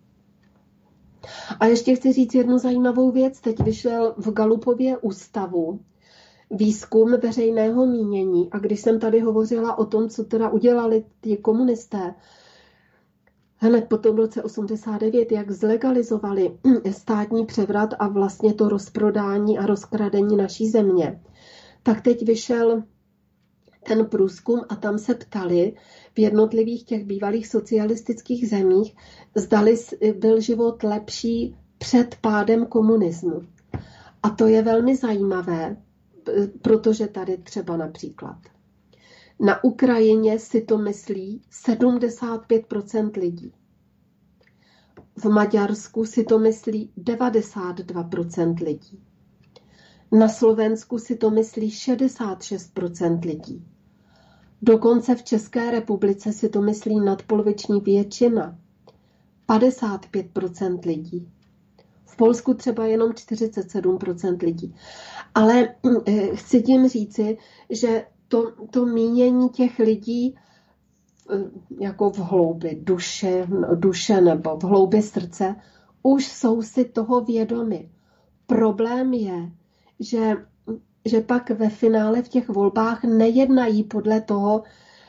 A ještě chci říct jednu zajímavou věc. Teď vyšel v Galupově ústavu výzkum veřejného mínění a když jsem tady hovořila o tom, co teda udělali ti komunisté, hned po tom roce osmdesát devět, jak zlegalizovali státní převrat a vlastně to rozprodání a rozkradení naší země, tak teď vyšel ten průzkum a tam se ptali v jednotlivých těch bývalých socialistických zemích, zdali byl život lepší před pádem komunismu. A to je velmi zajímavé, protože tady třeba například na Ukrajině si to myslí sedmdesát pět procent lidí. v Maďarsku si to myslí devadesát dva procent lidí. Na Slovensku si to myslí šedesát šest procent lidí. Dokonce v České republice si to myslí nadpoloviční většina, padesát pět procent lidí. V Polsku třeba jenom čtyřicet sedm procent lidí. Ale chci tím říci, že to, to mínění těch lidí jako v hloubi duše, duše nebo v hloubi srdce už jsou si toho vědomi. Problém je, že, že pak ve finále v těch volbách nejednají podle toho,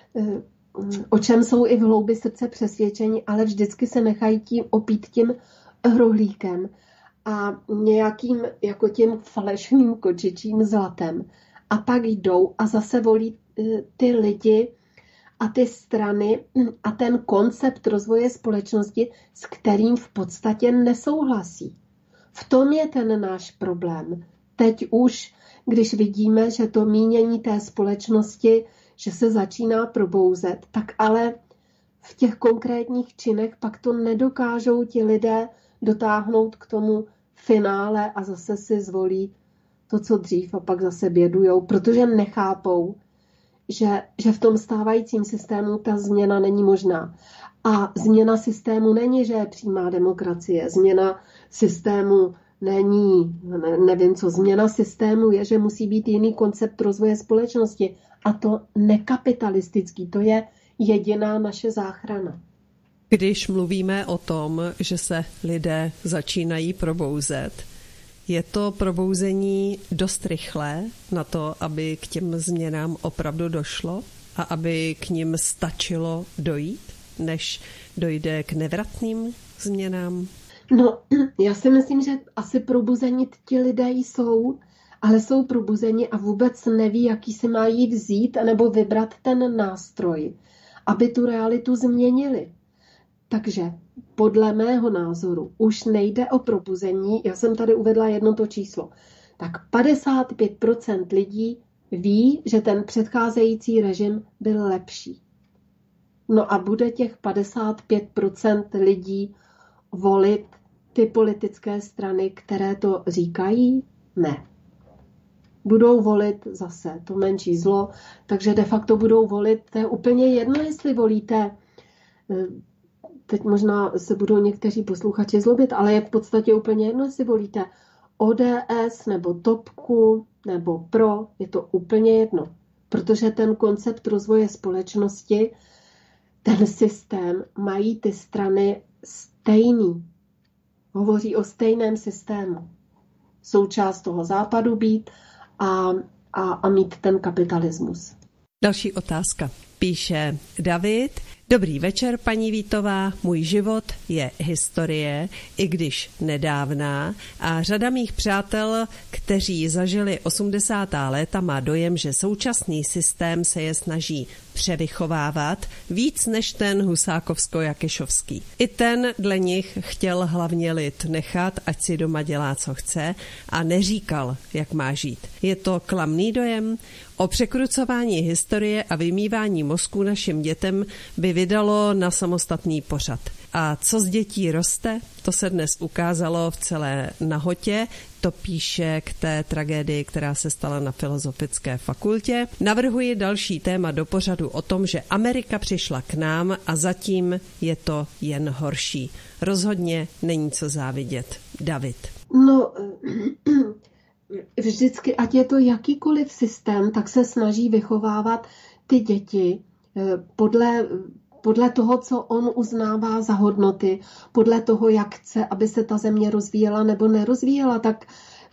o čem jsou i v hloubi srdce přesvědčení, ale vždycky se nechají tím opít tím rohlíkem a nějakým jako tím falešným kočičím zlatem. A pak jdou a zase volí ty lidi a ty strany a ten koncept rozvoje společnosti, s kterým v podstatě nesouhlasí. V tom je ten náš problém. Teď už, když vidíme, že to mínění té společnosti, že se začíná probouzet, tak ale v těch konkrétních činech pak to nedokážou ti lidé dotáhnout k tomu finále a zase si zvolí to, co dřív a pak zase bědujou, protože nechápou, že, že v tom stávajícím systému ta změna není možná. A změna systému není, že je přímá demokracie. Změna systému není, ne, nevím co, změna systému je, že musí být jiný koncept rozvoje společnosti. A to nekapitalistický, to je jediná naše záchrana. Když mluvíme o tom, že se lidé začínají probouzet, je to probouzení dost rychlé na to, aby k těm změnám opravdu došlo a aby k nim stačilo dojít, než dojde k nevratným změnám? No, já si myslím, že asi probuzení ti lidé jsou, ale jsou probuzeni a vůbec neví, jaký si mají vzít nebo vybrat ten nástroj, aby tu realitu změnili. Takže podle mého názoru už nejde o probuzení, já jsem tady uvedla jedno to číslo, tak padesát pět procent lidí ví, že ten předcházející režim byl lepší. No a bude těch padesát pět procent lidí volit ty politické strany, které to říkají? Ne. Budou volit zase to menší zlo, takže de facto budou volit, to je úplně jedno, jestli volíte, teď možná se budou někteří posluchači zlobit, ale je v podstatě úplně jedno, jestli volíte O D S nebo Topku nebo Pro, je to úplně jedno, protože ten koncept rozvoje společnosti, ten systém mají ty strany stejný. Hovoří o stejném systému. Součást toho západu být a, a, a mít ten kapitalismus. Další otázka. Píše David. Dobrý večer, paní Vítová. Můj život je historie, i když nedávná, a řada mých přátel, kteří zažili osmdesátá léta, má dojem, že současný systém se je snaží převychovávat víc než ten husákovsko-jakešovský. I ten dle nich chtěl hlavně lid nechat, ať si doma dělá, co chce, a neříkal, jak má žít. Je to klamný dojem? O překrucování historie a vymývání mozků našim dětem by vydalo na samostatný pořad. A co z dětí roste? To se dnes ukázalo v celé nahotě. To píše k té tragédii, která se stala na Filozofické fakultě. Navrhuji další téma do pořadu o tom, že Amerika přišla k nám a zatím je to jen horší. Rozhodně není co závidět. David. No, vždycky, ať je to jakýkoliv systém, tak se snaží vychovávat ty děti podle, podle toho, co on uznává za hodnoty, podle toho, jak chce, aby se ta země rozvíjela nebo nerozvíjela. Tak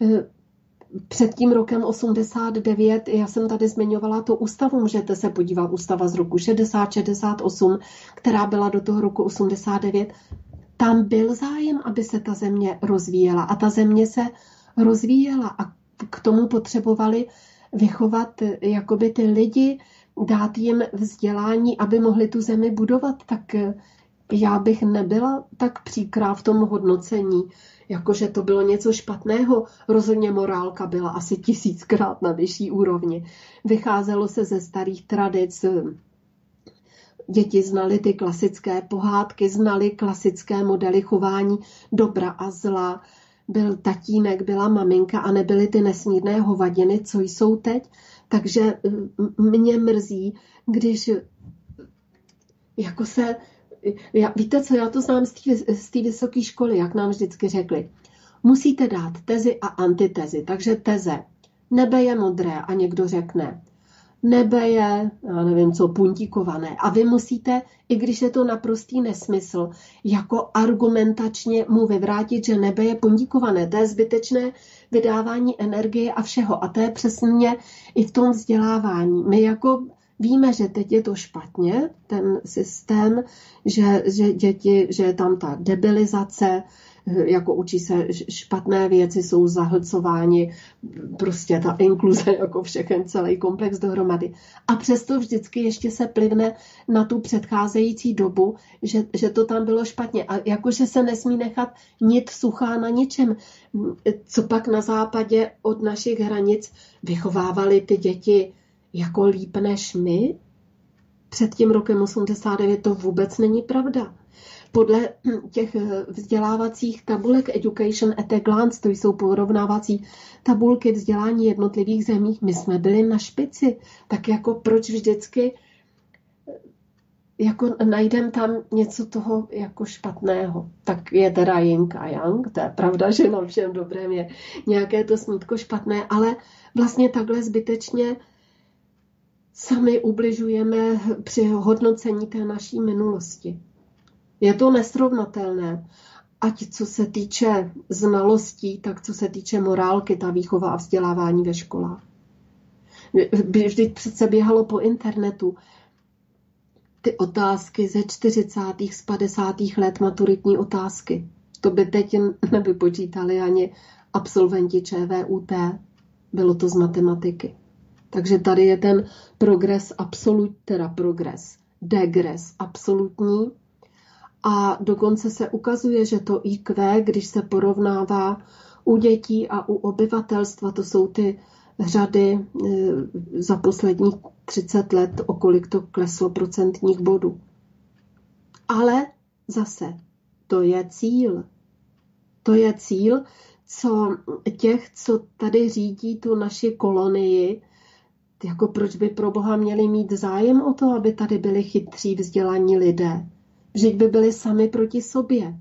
před tím rokem osmdesát devět, já jsem tady zmiňovala tu ústavu, můžete se podívat, ústava z roku šedesát šedesát osm, která byla do toho roku osmdesát devět, tam byl zájem, aby se ta země rozvíjela a ta země se rozvíjela a k tomu potřebovali vychovat jakoby ty lidi, dát jim vzdělání, aby mohli tu zemi budovat, tak já bych nebyla tak příkrá v tom hodnocení, jakože to bylo něco špatného. Rozhodně morálka byla asi tisíckrát na vyšší úrovni. Vycházelo se ze starých tradic, děti znaly ty klasické pohádky, znaly klasické modely chování dobra a zla. Byl tatínek, byla maminka a nebyly ty nesmírné hovadiny, co jsou teď. Takže mě mrzí, když jako se... Já, víte co, já to znám z té vysoké školy, jak nám vždycky řekli. Musíte dát tezi a antitezi. Takže teze. Nebe je modré a někdo řekne. Nebe je, já nevím co, puntíkované. A vy musíte, i když je to naprostý nesmysl, jako argumentačně mu vyvrátit, že nebe je puntíkované. To je zbytečné vydávání energie a všeho. A to je přesně i v tom vzdělávání. My jako víme, že teď je to špatně, ten systém, že, že děti, že je tam ta debilizace, jako učí se špatné věci, jsou zahlcováni, prostě ta inkluze, jako všechen celý komplex dohromady. A přesto vždycky ještě se plivne na tu předcházející dobu, že, že to tam bylo špatně. A jakože se nesmí nechat nit suchá na ničem. Co pak na západě od našich hranic vychovávali ty děti jako líp než my? Před tím rokem osmdesát devět to vůbec není pravda. Podle těch vzdělávacích tabulek Education at a Glance, to jsou porovnávací tabulky vzdělání jednotlivých zemí, my jsme byli na špici. Tak jako proč vždycky jako najdem tam něco toho jako špatného. Tak je teda yin a yang, to je pravda, že na všem dobrém je nějaké to smítko špatné, ale vlastně takhle zbytečně sami ubližujeme při hodnocení té naší minulosti. Je to nesrovnatelné, ať co se týče znalostí, tak co se týče morálky, ta výchova a vzdělávání ve školách. Vždyť přece běhalo po internetu ty otázky ze čtyřicátých z padesátých let, maturitní otázky. To by teď nevypočítali ani absolventi ČVUT. Bylo to z matematiky. Takže tady je ten progres absolut, teda progres, degres absolutní. A dokonce se ukazuje, že to í kvé, když se porovnává u dětí a u obyvatelstva, to jsou ty řady za posledních třicet let, o kolik to kleslo procentních bodů. Ale zase, to je cíl. To je cíl, co těch, co tady řídí tu naši kolonii, jako proč by pro Boha měli mít zájem o to, aby tady byli chytří, vzdělaní lidé. Vždyť by byli sami proti sobě.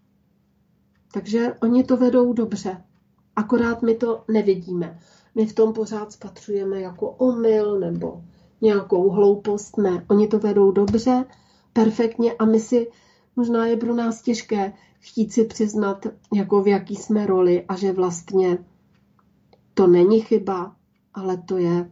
Takže oni to vedou dobře. Akorát my to nevidíme. My v tom pořád spatřujeme jako omyl nebo nějakou hloupost. Ne, oni to vedou dobře, perfektně a my si, možná je pro nás těžké chtít si přiznat, jako v jaký jsme roli a že vlastně to není chyba, ale to je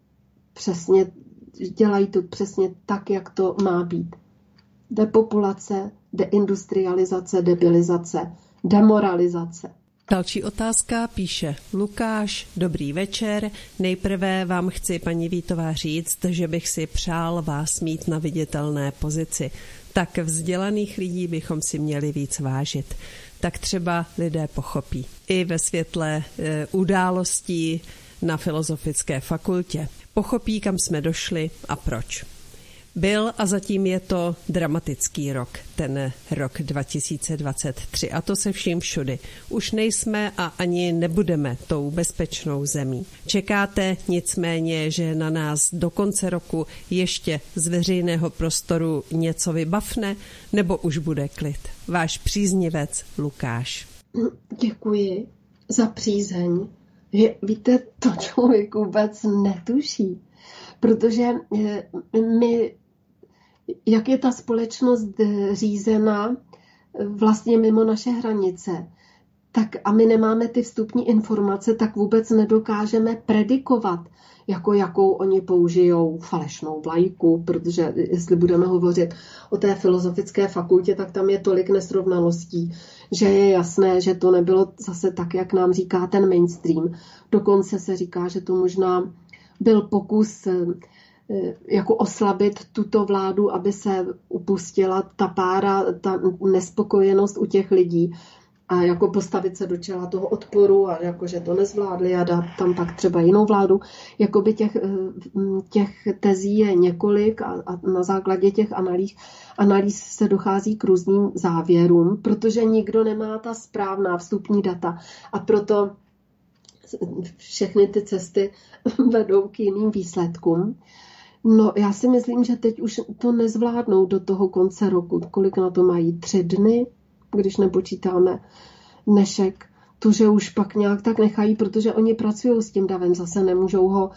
přesně, dělají to přesně tak, jak to má být. Depopulace, deindustrializace, debilizace, demoralizace. Další otázka píše Lukáš. Dobrý večer. Nejprve vám chci, paní Vítová, říct, že bych si přál vás mít na viditelné pozici. Tak vzdělaných lidí bychom si měli víc vážit. Tak třeba lidé pochopí. I ve světle e, událostí na Filozofické fakultě. Pochopí, kam jsme došli a proč. Byl a zatím je to dramatický rok, ten rok dva tisíce dvacet tři a to se vším všudy. Už nejsme a ani nebudeme tou bezpečnou zemí. Čekáte nicméně, že na nás do konce roku ještě z veřejného prostoru něco vybavne, nebo už bude klid? Váš příznivec Lukáš. Děkuji za přízeň. Je, víte, to člověk vůbec netuší, protože my, jak je ta společnost řízená vlastně mimo naše hranice, tak a my nemáme ty vstupní informace, tak vůbec nedokážeme predikovat, jako jakou oni použijou falešnou vlajku, protože jestli budeme hovořit o té filozofické fakultě, tak tam je tolik nesrovnalostí, že je jasné, že to nebylo zase tak, jak nám říká ten mainstream. Dokonce se říká, že to možná byl pokus jako oslabit tuto vládu, aby se upustila ta pára, ta nespokojenost u těch lidí. a jako postavit se do čela toho odporu a jako, že to nezvládli a dát tam pak třeba jinou vládu. Jakoby těch, těch tezí je několik a, a na základě těch analýz, analýz se dochází k různým závěrům, protože nikdo nemá ta správná vstupní data a proto všechny ty cesty vedou k jiným výsledkům. No, já si myslím, že teď už to nezvládnou do toho konce roku. Kolik na to mají? Tři dny, když nepočítáme dnešek. To, že už pak nějak tak nechají, protože oni pracují s tím davem, zase nemůžou ho,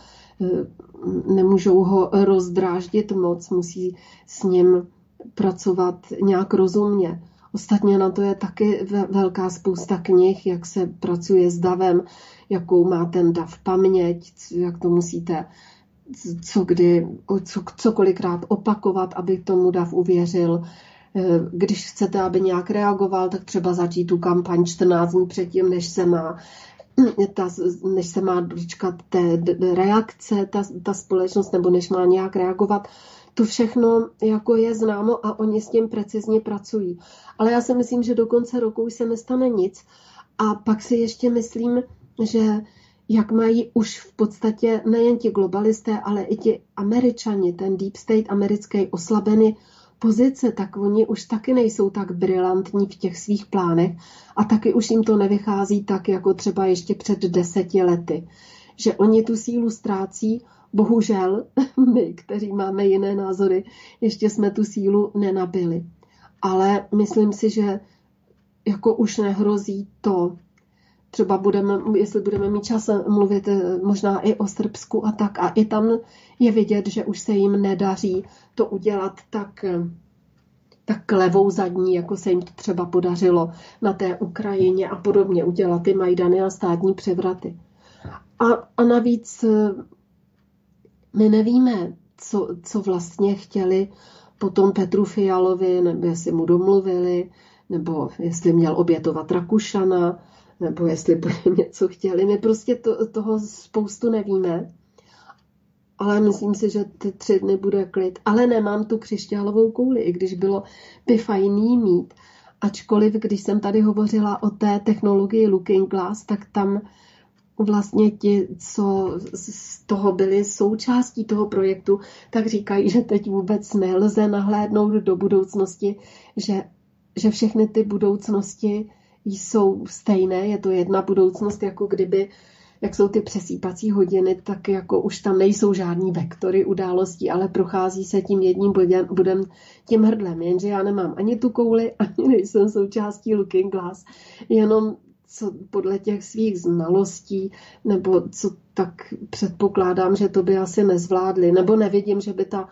nemůžou ho rozdráždit moc, musí s ním pracovat nějak rozumně. Ostatně na to je taky velká spousta knih, jak se pracuje s davem, jakou má ten dav paměť, jak to musíte co kdy, co, cokolikrát opakovat, aby tomu dav uvěřil. Když chcete, aby nějak reagoval, tak třeba začít tu kampaň čtrnáct dní předtím, než se má, ta, než se má dočkat té reakce, ta, ta společnost, nebo než má nějak reagovat. To všechno jako je známo a oni s tím precizně pracují. Ale já si myslím, že do konce roku už se nestane nic. A pak si ještě myslím, že jak mají už v podstatě nejen ti globalisté, ale i ti Američani, ten deep state americký oslabený pozice, tak oni už taky nejsou tak brilantní v těch svých plánech a taky už jim to nevychází tak, jako třeba ještě před deseti lety. Že oni tu sílu ztrácí, bohužel my, kteří máme jiné názory, ještě jsme tu sílu nenabili. Ale myslím si, že jako už nehrozí to, třeba budeme, jestli budeme mít čas mluvit možná i o Srbsku a tak. A i tam je vidět, že už se jim nedaří to udělat tak, tak levou zadní, jako se jim to třeba podařilo na té Ukrajině a podobně udělat ty Majdany a státní převraty. A, a navíc my nevíme, co, co vlastně chtěli potom Petru Fialovi, nebo jestli mu domluvili, nebo jestli měl obětovat Rakušana, nebo jestli po něm něco chtěli. My prostě to, toho spoustu nevíme, ale myslím si, že ty tři dny bude klid. Ale nemám tu křišťálovou kouli, i když bylo by fajný mít. Ačkoliv, když jsem tady hovořila o té technologii Looking Glass, tak tam vlastně ti, co z toho byli součástí toho projektu, tak říkají, že teď vůbec nelze nahlédnout do budoucnosti, že, že všechny ty budoucnosti jsou stejné, je to jedna budoucnost, jako kdyby, jak jsou ty přesýpací hodiny, tak jako už tam nejsou žádný vektory událostí, ale prochází se tím jedním bodem, bodem tím hrdlem, jenže já nemám ani tu kouli, ani nejsem součástí Looking Glass, jenom co podle těch svých znalostí, nebo co tak předpokládám, že to by asi nezvládli, nebo nevidím, že by ta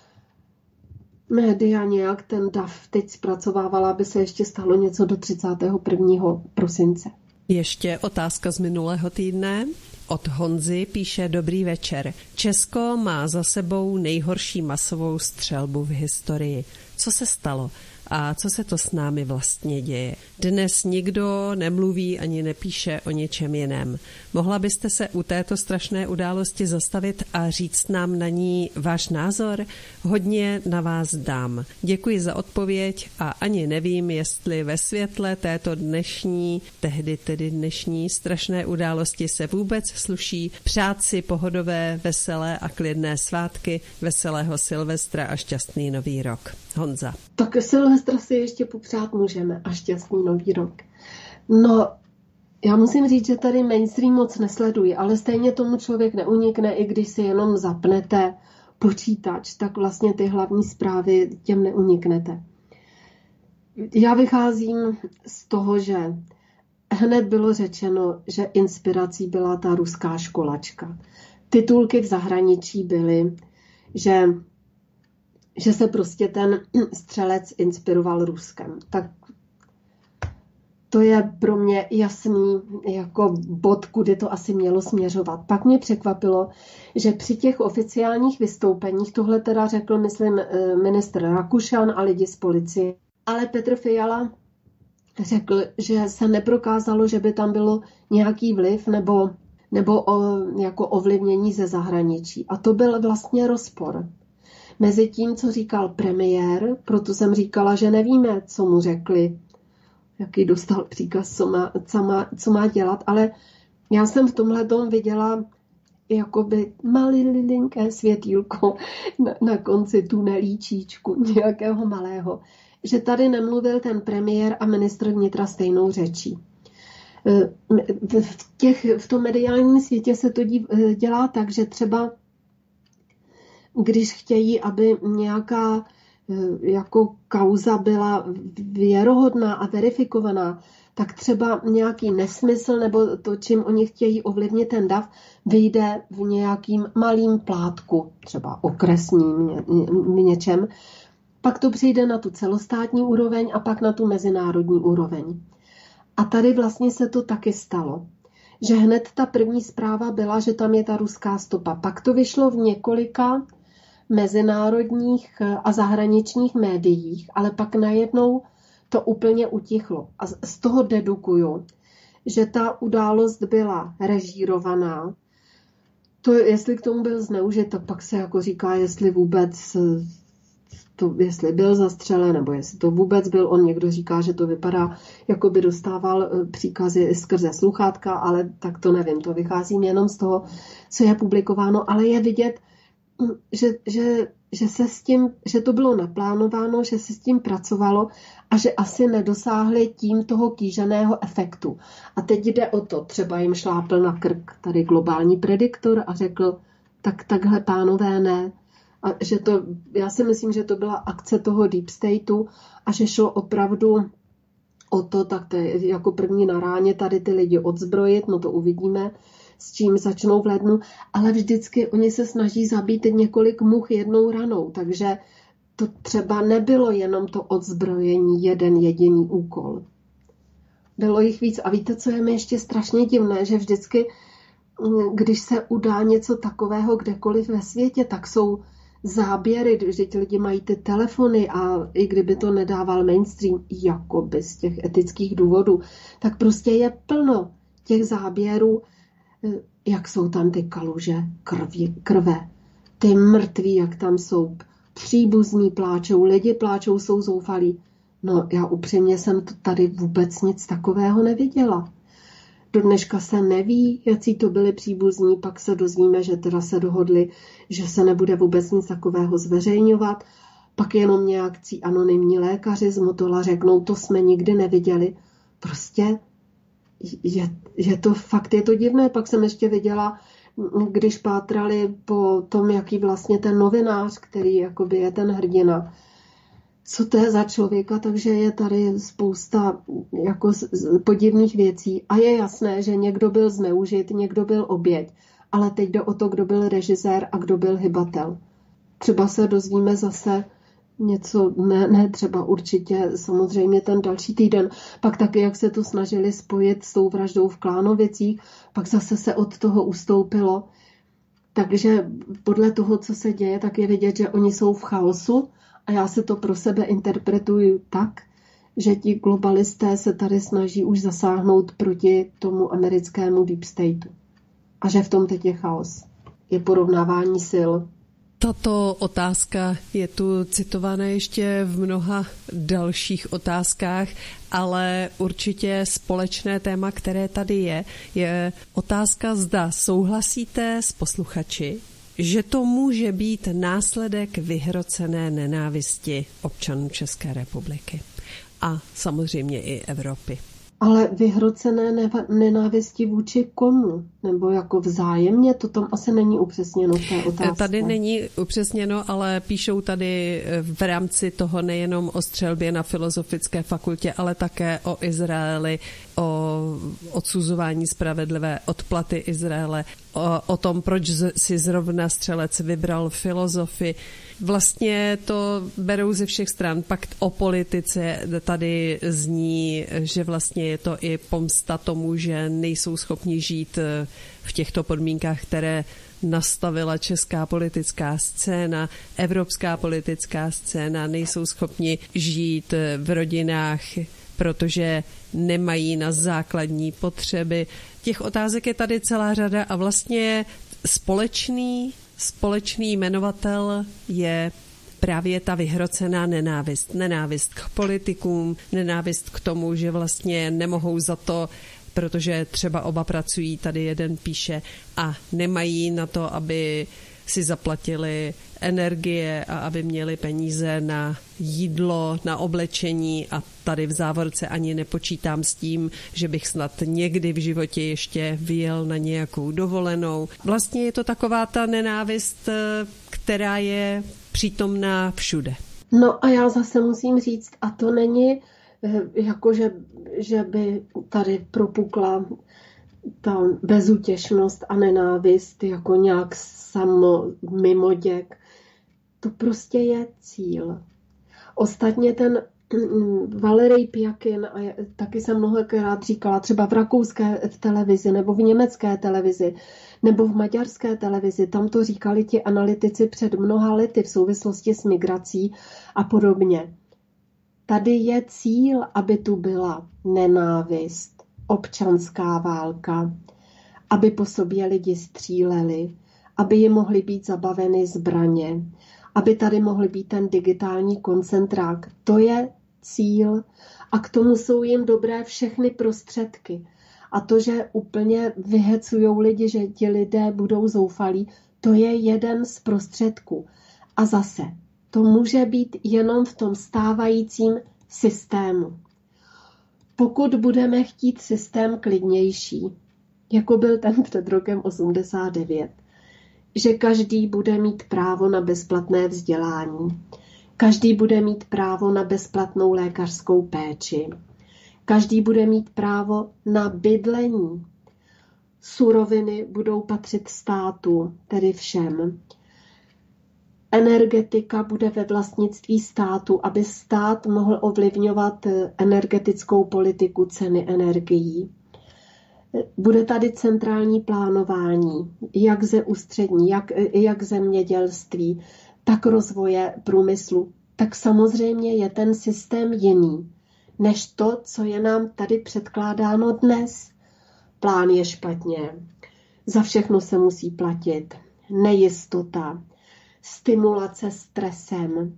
média nějak ten dav teď zpracovávala, aby se ještě stalo něco do třicátého prvního prosince. Ještě otázka z minulého týdne. Od Honzy píše: Dobrý večer. Česko má za sebou nejhorší masovou střelbu v historii. Co se stalo? A co se to s námi vlastně děje? Dnes nikdo nemluví ani nepíše o něčem jiném. Mohla byste se u této strašné události zastavit a říct nám na ní váš názor? Hodně na vás dám. Děkuji za odpověď a ani nevím, jestli ve světle této dnešní, tehdy tedy dnešní strašné události se vůbec sluší přát si pohodové, veselé a klidné svátky, veselého Silvestra a šťastný nový rok. Honza. Tak Silvestra si ještě popřát můžeme a šťastný nový rok. No, já musím říct, že tady mainstream moc nesleduji, ale stejně tomu člověk neunikne, i když si jenom zapnete počítač, tak vlastně ty hlavní zprávy těm neuniknete. Já vycházím z toho, že hned bylo řečeno, že inspirací byla ta ruská školačka. Titulky v zahraničí byly, že že se prostě ten střelec inspiroval Ruskem. Tak to je pro mě jasný jako bod, kudy to asi mělo směřovat. Pak mě překvapilo, že při těch oficiálních vystoupeních, tohle teda řekl, myslím, ministr Rakušan a lidi z policie, ale Petr Fiala řekl, že se neprokázalo, že by tam bylo nějaký vliv nebo, nebo o, jako ovlivnění ze zahraničí. A to byl vlastně rozpor mezi tím, co říkal premiér, proto jsem říkala, že nevíme, co mu řekli jaký dostal příkaz, co má, co má, co má dělat, ale já jsem v tomhletom viděla jakoby malinké světýlko na, na konci tunelíčíčku nějakého malého, že tady nemluvil ten premiér a ministr vnitra stejnou řečí. V, těch, v tom mediálním světě se to dělá tak, že třeba když chtějí, aby nějaká jako kauza byla věrohodná a verifikovaná, tak třeba nějaký nesmysl nebo to, čím oni chtějí ovlivnit ten dav, vyjde v nějakým malým plátku, třeba okresním něčem. Pak to přijde na tu celostátní úroveň a pak na tu mezinárodní úroveň. A tady vlastně se to taky stalo, že hned ta první zpráva byla, že tam je ta ruská stopa. Pak to vyšlo v několika mezinárodních a zahraničních médiích, ale pak najednou to úplně utichlo. A z toho dedukuju, že ta událost byla režírovaná. To, jestli k tomu byl zneužit, tak pak se jako říká, jestli vůbec to, jestli byl zastřelen, nebo jestli to vůbec byl on. Někdo říká, že to vypadá, jako by dostával příkazy skrze sluchátka, ale tak to nevím, to vychází jenom z toho, co je publikováno, ale je vidět, že, že, že, se s tím, že to bylo naplánováno, že se s tím pracovalo a že asi nedosáhli tím toho kýženého efektu. A teď jde o to, třeba jim šlápl na krk tady globální prediktor a řekl, tak takhle pánové ne. A že to, já si myslím, že to byla akce toho deep stateu a že šlo opravdu o to, tak to je jako první na ráně tady ty lidi odzbrojit, no to uvidíme, s čím začnou v lednu, ale vždycky oni se snaží zabít několik much jednou ranou, takže to třeba nebylo jenom to odzbrojení, jeden jediný úkol. Bylo jich víc a víte, co je mi ještě strašně divné, že vždycky, když se udá něco takového kdekoliv ve světě, tak jsou záběry, že ti lidi mají ty telefony a i kdyby to nedával mainstream, jakoby z těch etických důvodů, tak prostě je plno těch záběrů, jak jsou tam ty kaluže krvi, krve, ty mrtví, jak tam jsou, příbuzní pláčou, lidi pláčou, jsou zoufalí. No já upřímně jsem tady vůbec nic takového neviděla. Do dneška se neví, jaký to byli příbuzní, pak se dozvíme, že teda se dohodli, že se nebude vůbec nic takového zveřejňovat, pak jenom nějakcí anonymní lékaři z Motola řeknou, to jsme nikdy neviděli. Prostě je, je to fakt, je to divné. Pak jsem ještě viděla, když pátrali po tom, jaký vlastně ten novinář, který jakoby je ten hrdina, co to je za člověka, takže je tady spousta jako podivných věcí a je jasné, že někdo byl zneužit, někdo byl oběť, ale teď jde o to, kdo byl režisér a kdo byl hybatel. Třeba se dozvíme zase něco, ne, ne třeba určitě, samozřejmě ten další týden, pak taky, jak se to snažili spojit s tou vraždou v Klánovicích, pak zase se od toho ustoupilo. Takže podle toho, co se děje, tak je vidět, že oni jsou v chaosu a já se to pro sebe interpretuju tak, že ti globalisté se tady snaží už zasáhnout proti tomu americkému deep stateu. A že v tom teď je chaos. Je porovnávání sil. Tato otázka je tu citovaná ještě v mnoha dalších otázkách, ale určitě společné téma, které tady je, je otázka, zda souhlasíte s posluchači, že to může být následek vyhrocené nenávisti občanů České republiky a samozřejmě i Evropy. Ale vyhrocené nenávisti vůči komu? Nebo jako vzájemně? To tam asi není upřesněno v té otázce. Tady není upřesněno, ale píšou tady v rámci toho nejenom o střelbě na Filozofické fakultě, ale také o Izraeli, o odsuzování spravedlivé odplaty Izraele, o, o tom, proč si zrovna střelec vybral filozofii. Vlastně to berou ze všech stran. Pak o politice tady zní, že vlastně je to i pomsta tomu, že nejsou schopni žít v těchto podmínkách, které nastavila česká politická scéna, evropská politická scéna, nejsou schopni žít v rodinách, protože nemají na základní potřeby. Těch otázek je tady celá řada a vlastně společný Společný jmenovatel je právě ta vyhrocená nenávist. Nenávist k politikům, nenávist k tomu, že vlastně nemohou za to, protože třeba oba pracují, tady jeden píše, a nemají na to, aby si zaplatili energie a aby měli peníze na jídlo, na oblečení, a tady v závorce ani nepočítám s tím, že bych snad někdy v životě ještě vyjel na nějakou dovolenou. Vlastně je to taková ta nenávist, která je přítomná všude. No a já zase musím říct, a to není jako, že, že by tady propukla ta bezutěšnost a nenávist jako nějak samo mimoděk. To prostě je cíl. Ostatně ten Valerij Pjakin, a taky jsem mnohokrát říkala, třeba v rakouské v televizi, nebo v německé televizi, nebo v maďarské televizi, tam to říkali ti analytici před mnoha lety v souvislosti s migrací a podobně. Tady je cíl, aby tu byla nenávist, občanská válka, aby po sobě lidi stříleli, aby jim mohly být zabaveny zbraně, aby tady mohl být ten digitální koncentrák. To je cíl a k tomu jsou jim dobré všechny prostředky. A to, že úplně vyhecujou lidi, že ti lidé budou zoufalí, to je jeden z prostředků. A zase, to může být jenom v tom stávajícím systému. Pokud budeme chtít systém klidnější, jako byl ten před rokem osmdesát devět, že každý bude mít právo na bezplatné vzdělání, každý bude mít právo na bezplatnou lékařskou péči, každý bude mít právo na bydlení, suroviny budou patřit státu, tedy všem. Energetika bude ve vlastnictví státu, aby stát mohl ovlivňovat energetickou politiku, ceny energií. Bude tady centrální plánování, jak ze ústřední, jak, jak zemědělství, tak rozvoje průmyslu. Tak samozřejmě je ten systém jiný, než to, co je nám tady předkládáno dnes. Plán je špatně, za všechno se musí platit, nejistota, stimulace stresem,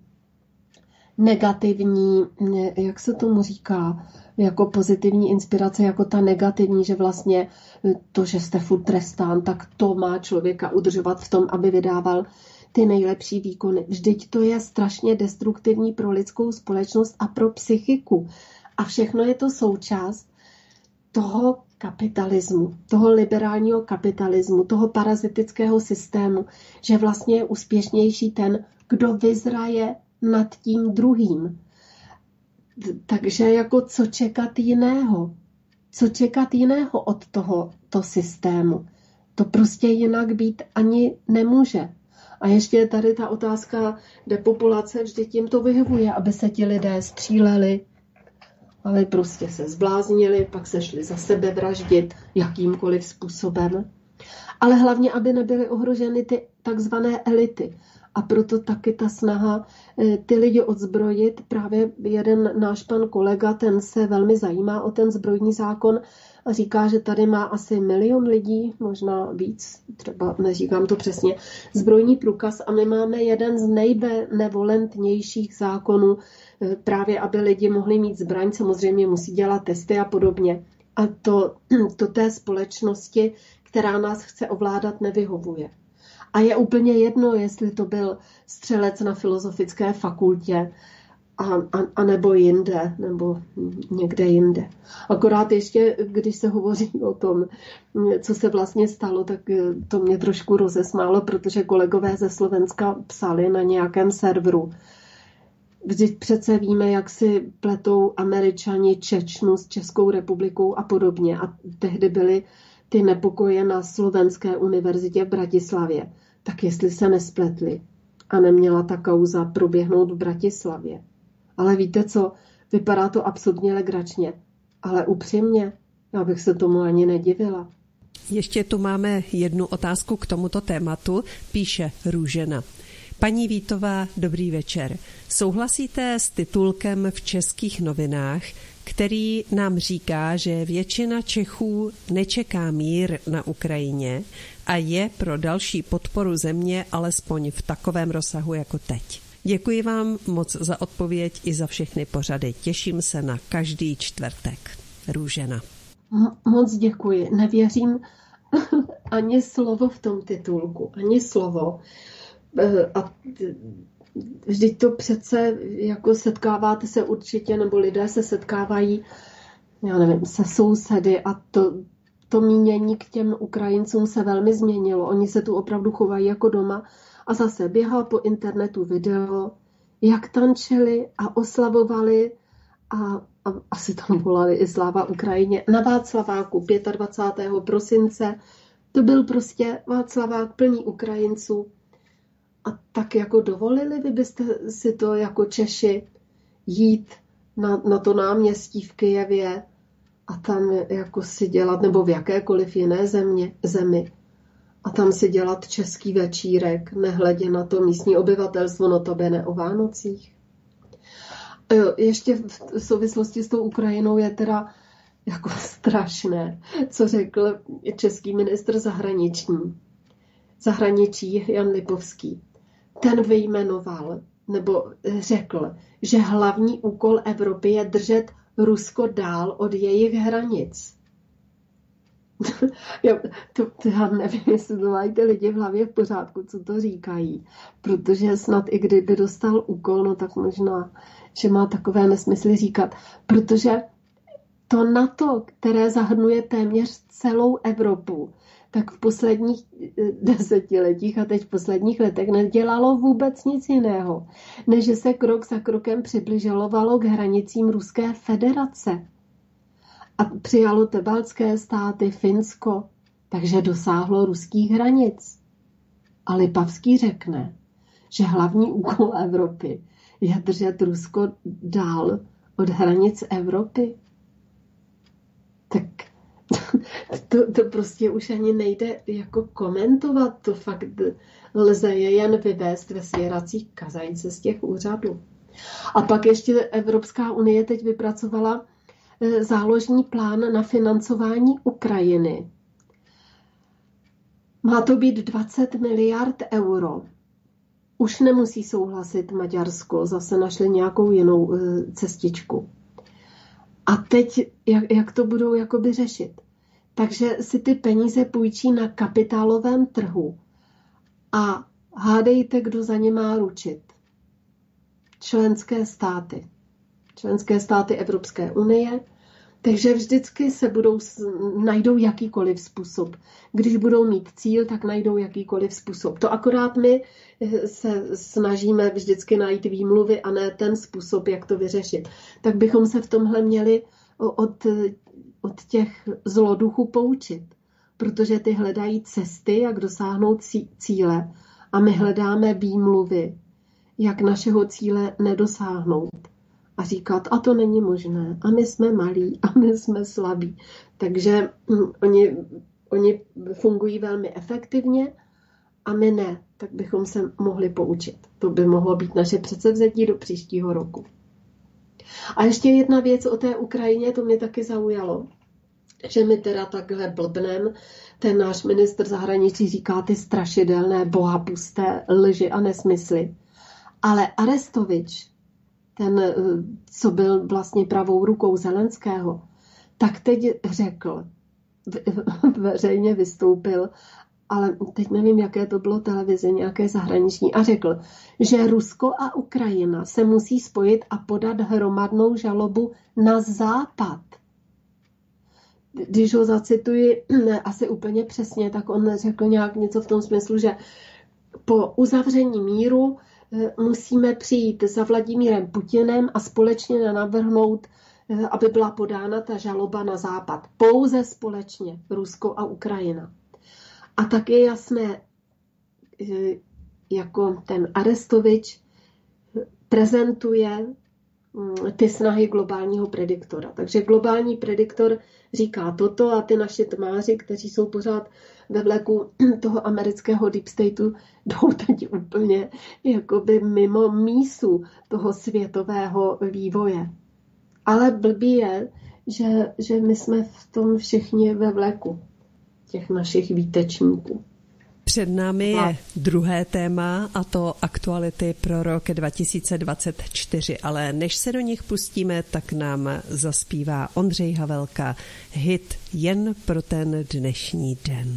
negativní, jak se tomu říká, jako pozitivní inspirace, jako ta negativní, že vlastně to, že jste furt trestán, tak to má člověka udržovat v tom, aby vydával ty nejlepší výkony. Vždyť to je strašně destruktivní pro lidskou společnost a pro psychiku. A všechno je to součást toho kapitalismu, toho liberálního kapitalismu, toho parazitického systému, že vlastně je úspěšnější ten, kdo vyzraje nad tím druhým. Takže jako co čekat jiného? Co čekat jiného od tohoto systému? To prostě jinak být ani nemůže. A ještě je tady ta otázka depopulace, vždyť jim to vyhovuje, aby se ti lidé stříleli, ale prostě se zbláznili, pak se šli za sebe vraždit jakýmkoliv způsobem. Ale hlavně, aby nebyly ohroženy ty takzvané elity. A proto taky ta snaha ty lidi odzbrojit. Právě jeden náš pan kolega, ten se velmi zajímá o ten zbrojní zákon a říká, že tady má asi milion lidí, možná víc, třeba neříkám to přesně, zbrojní průkaz a my máme jeden z nejbenevolentnějších zákonů, právě aby lidi mohli mít zbraň, samozřejmě musí dělat testy a podobně. A to, to té společnosti, která nás chce ovládat, nevyhovuje. A je úplně jedno, jestli to byl střelec na filozofické fakultě a, a, a nebo jinde, nebo někde jinde. Akorát ještě, když se hovoří o tom, co se vlastně stalo, tak to mě trošku rozesmálo, protože kolegové ze Slovenska psali na nějakém serveru. Vždyť přece víme, jak si pletou Američani Čečnu s Českou republikou a podobně. A tehdy byly ty nepokoje na Slovenské univerzitě v Bratislavě. Tak jestli se nespletli a neměla ta kauza proběhnout v Bratislavě. Ale víte co, vypadá to absurdně legračně. Ale upřímně, já bych se tomu ani nedivila. Ještě tu máme jednu otázku k tomuto tématu, píše Růžena. Paní Vítová, dobrý večer. Souhlasíte s titulkem v českých novinách, který nám říká, že většina Čechů nečeká mír na Ukrajině a je pro další podporu země alespoň v takovém rozsahu jako teď? Děkuji vám moc za odpověď i za všechny pořady. Těším se na každý čtvrtek. Růžena. Moc děkuji. Nevěřím ani slovo v tom titulku. Ani slovo. A vždyť to přece, jako setkáváte se určitě, nebo lidé se setkávají, já nevím, se sousedy a to, to mínění k těm Ukrajincům se velmi změnilo. Oni se tu opravdu chovají jako doma a zase běhá po internetu video, jak tančili a oslavovali a, a asi tam volali i sláva Ukrajině. Na Václaváku dvacátého pátého prosince to byl prostě Václavák plný Ukrajinců. A tak jako dovolili vy byste si to jako Češi jít na, na to náměstí v Kyjevě a tam jako si dělat, nebo v jakékoliv jiné země, zemi, a tam si dělat český večírek, nehledě na to místní obyvatelstvo, notabene o Vánocích. Jo, ještě v souvislosti s tou Ukrajinou je teda jako strašné, co řekl český ministr zahraniční. zahraničí Jan Lipovský. Ten vyjmenoval, nebo řekl, že hlavní úkol Evropy je držet Rusko dál od jejich hranic. já, to, to já nevím, jestli to mají ty lidi v hlavě v pořádku, co to říkají. Protože snad i kdyby dostal úkol, no tak možná, že má takové nesmysly říkat. Protože to NATO, které zahrnuje téměř celou Evropu, tak v posledních desetiletích a teď v posledních letech nedělalo vůbec nic jiného, než že se krok za krokem přibližovalo k hranicím Ruské federace. A přijalo tebaltské státy, Finsko, takže dosáhlo ruských hranic. A Lipavský řekne, že hlavní úkol Evropy je držet Rusko dál od hranic Evropy. Tak to, to prostě už ani nejde jako komentovat, to fakt lze je jen vyvést ve svěracích kazajce z těch úřadů. A pak ještě Evropská unie teď vypracovala záložní plán na financování Ukrajiny. Má to být dvacet miliard euro. Už nemusí souhlasit Maďarsko, zase našli nějakou jinou cestičku. A teď, jak, jak to budou jakoby řešit? Takže si ty peníze půjčí na kapitálovém trhu a hádejte, kdo za ně má ručit. Členské státy. Členské státy Evropské unie. Takže vždycky se budou, najdou jakýkoliv způsob. Když budou mít cíl, tak najdou jakýkoliv způsob. To akorát my se snažíme vždycky najít výmluvy a ne ten způsob, jak to vyřešit. Tak bychom se v tomhle měli od, od těch zloduchů poučit. Protože ty hledají cesty, jak dosáhnout cíle. A my hledáme výmluvy, jak našeho cíle nedosáhnout. A říkat, a to není možné, a my jsme malí, a my jsme slabí. Takže hm, oni, oni fungují velmi efektivně a my ne, tak bychom se mohli poučit. To by mohlo být naše předsevzetí do příštího roku. A ještě jedna věc o té Ukrajině, to mě taky zaujalo, že my teda takhle blbnem, ten náš ministr zahraničí říká ty strašidelné bohapusté lži a nesmysly. Ale Arestovič, ten, co byl vlastně pravou rukou Zelenského, tak teď řekl, veřejně vystoupil, ale teď nevím, jaké to bylo televize, nějaké zahraniční, a řekl, že Rusko a Ukrajina se musí spojit a podat hromadnou žalobu na Západ. Když ho zacituji ne, asi úplně přesně, tak on řekl nějak něco v tom smyslu, že po uzavření míru musíme přijít za Vladimírem Putinem a společně navrhnout, aby byla podána ta žaloba na Západ. Pouze společně, Rusko a Ukrajina. A tak je jasné, jako ten Arestovič prezentuje ty snahy globálního prediktora. Takže globální prediktor říká toto a ty naši tmáři, kteří jsou pořád ve vleku toho amerického deep stateu, jdou teď úplně jakoby mimo mísu toho světového vývoje. Ale blbý je, že, že my jsme v tom všichni ve vleku těch našich výtečníků. Před námi je druhé téma, a to aktuality pro rok dva tisíce dvacet čtyři, ale než se do nich pustíme, tak nám zaspívá Ondřej Havelka hit Jen pro ten dnešní den.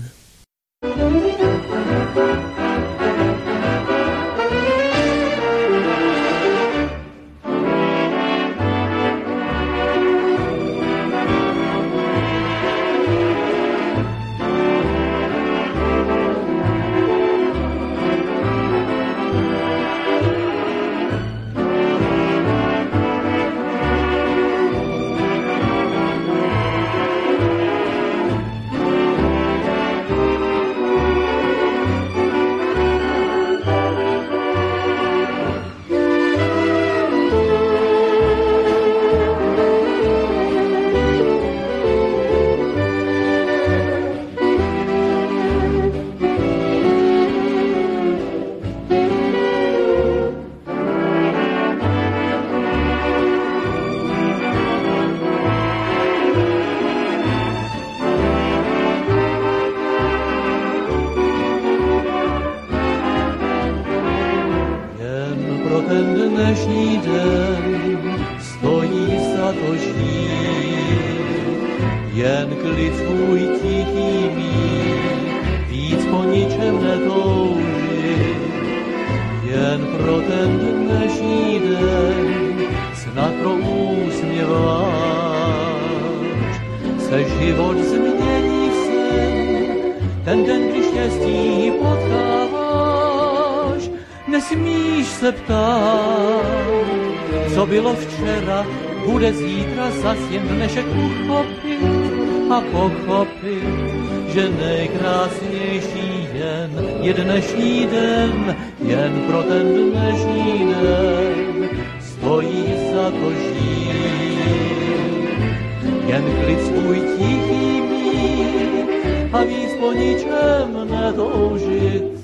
Bude zítra zas jen dnešek uchopit a pochopit, že nejkrásnější jen je dnešní den, jen pro ten dnešní den stojí za to žít. Jen klid svůj tichý mít a víc po ničem netoužit.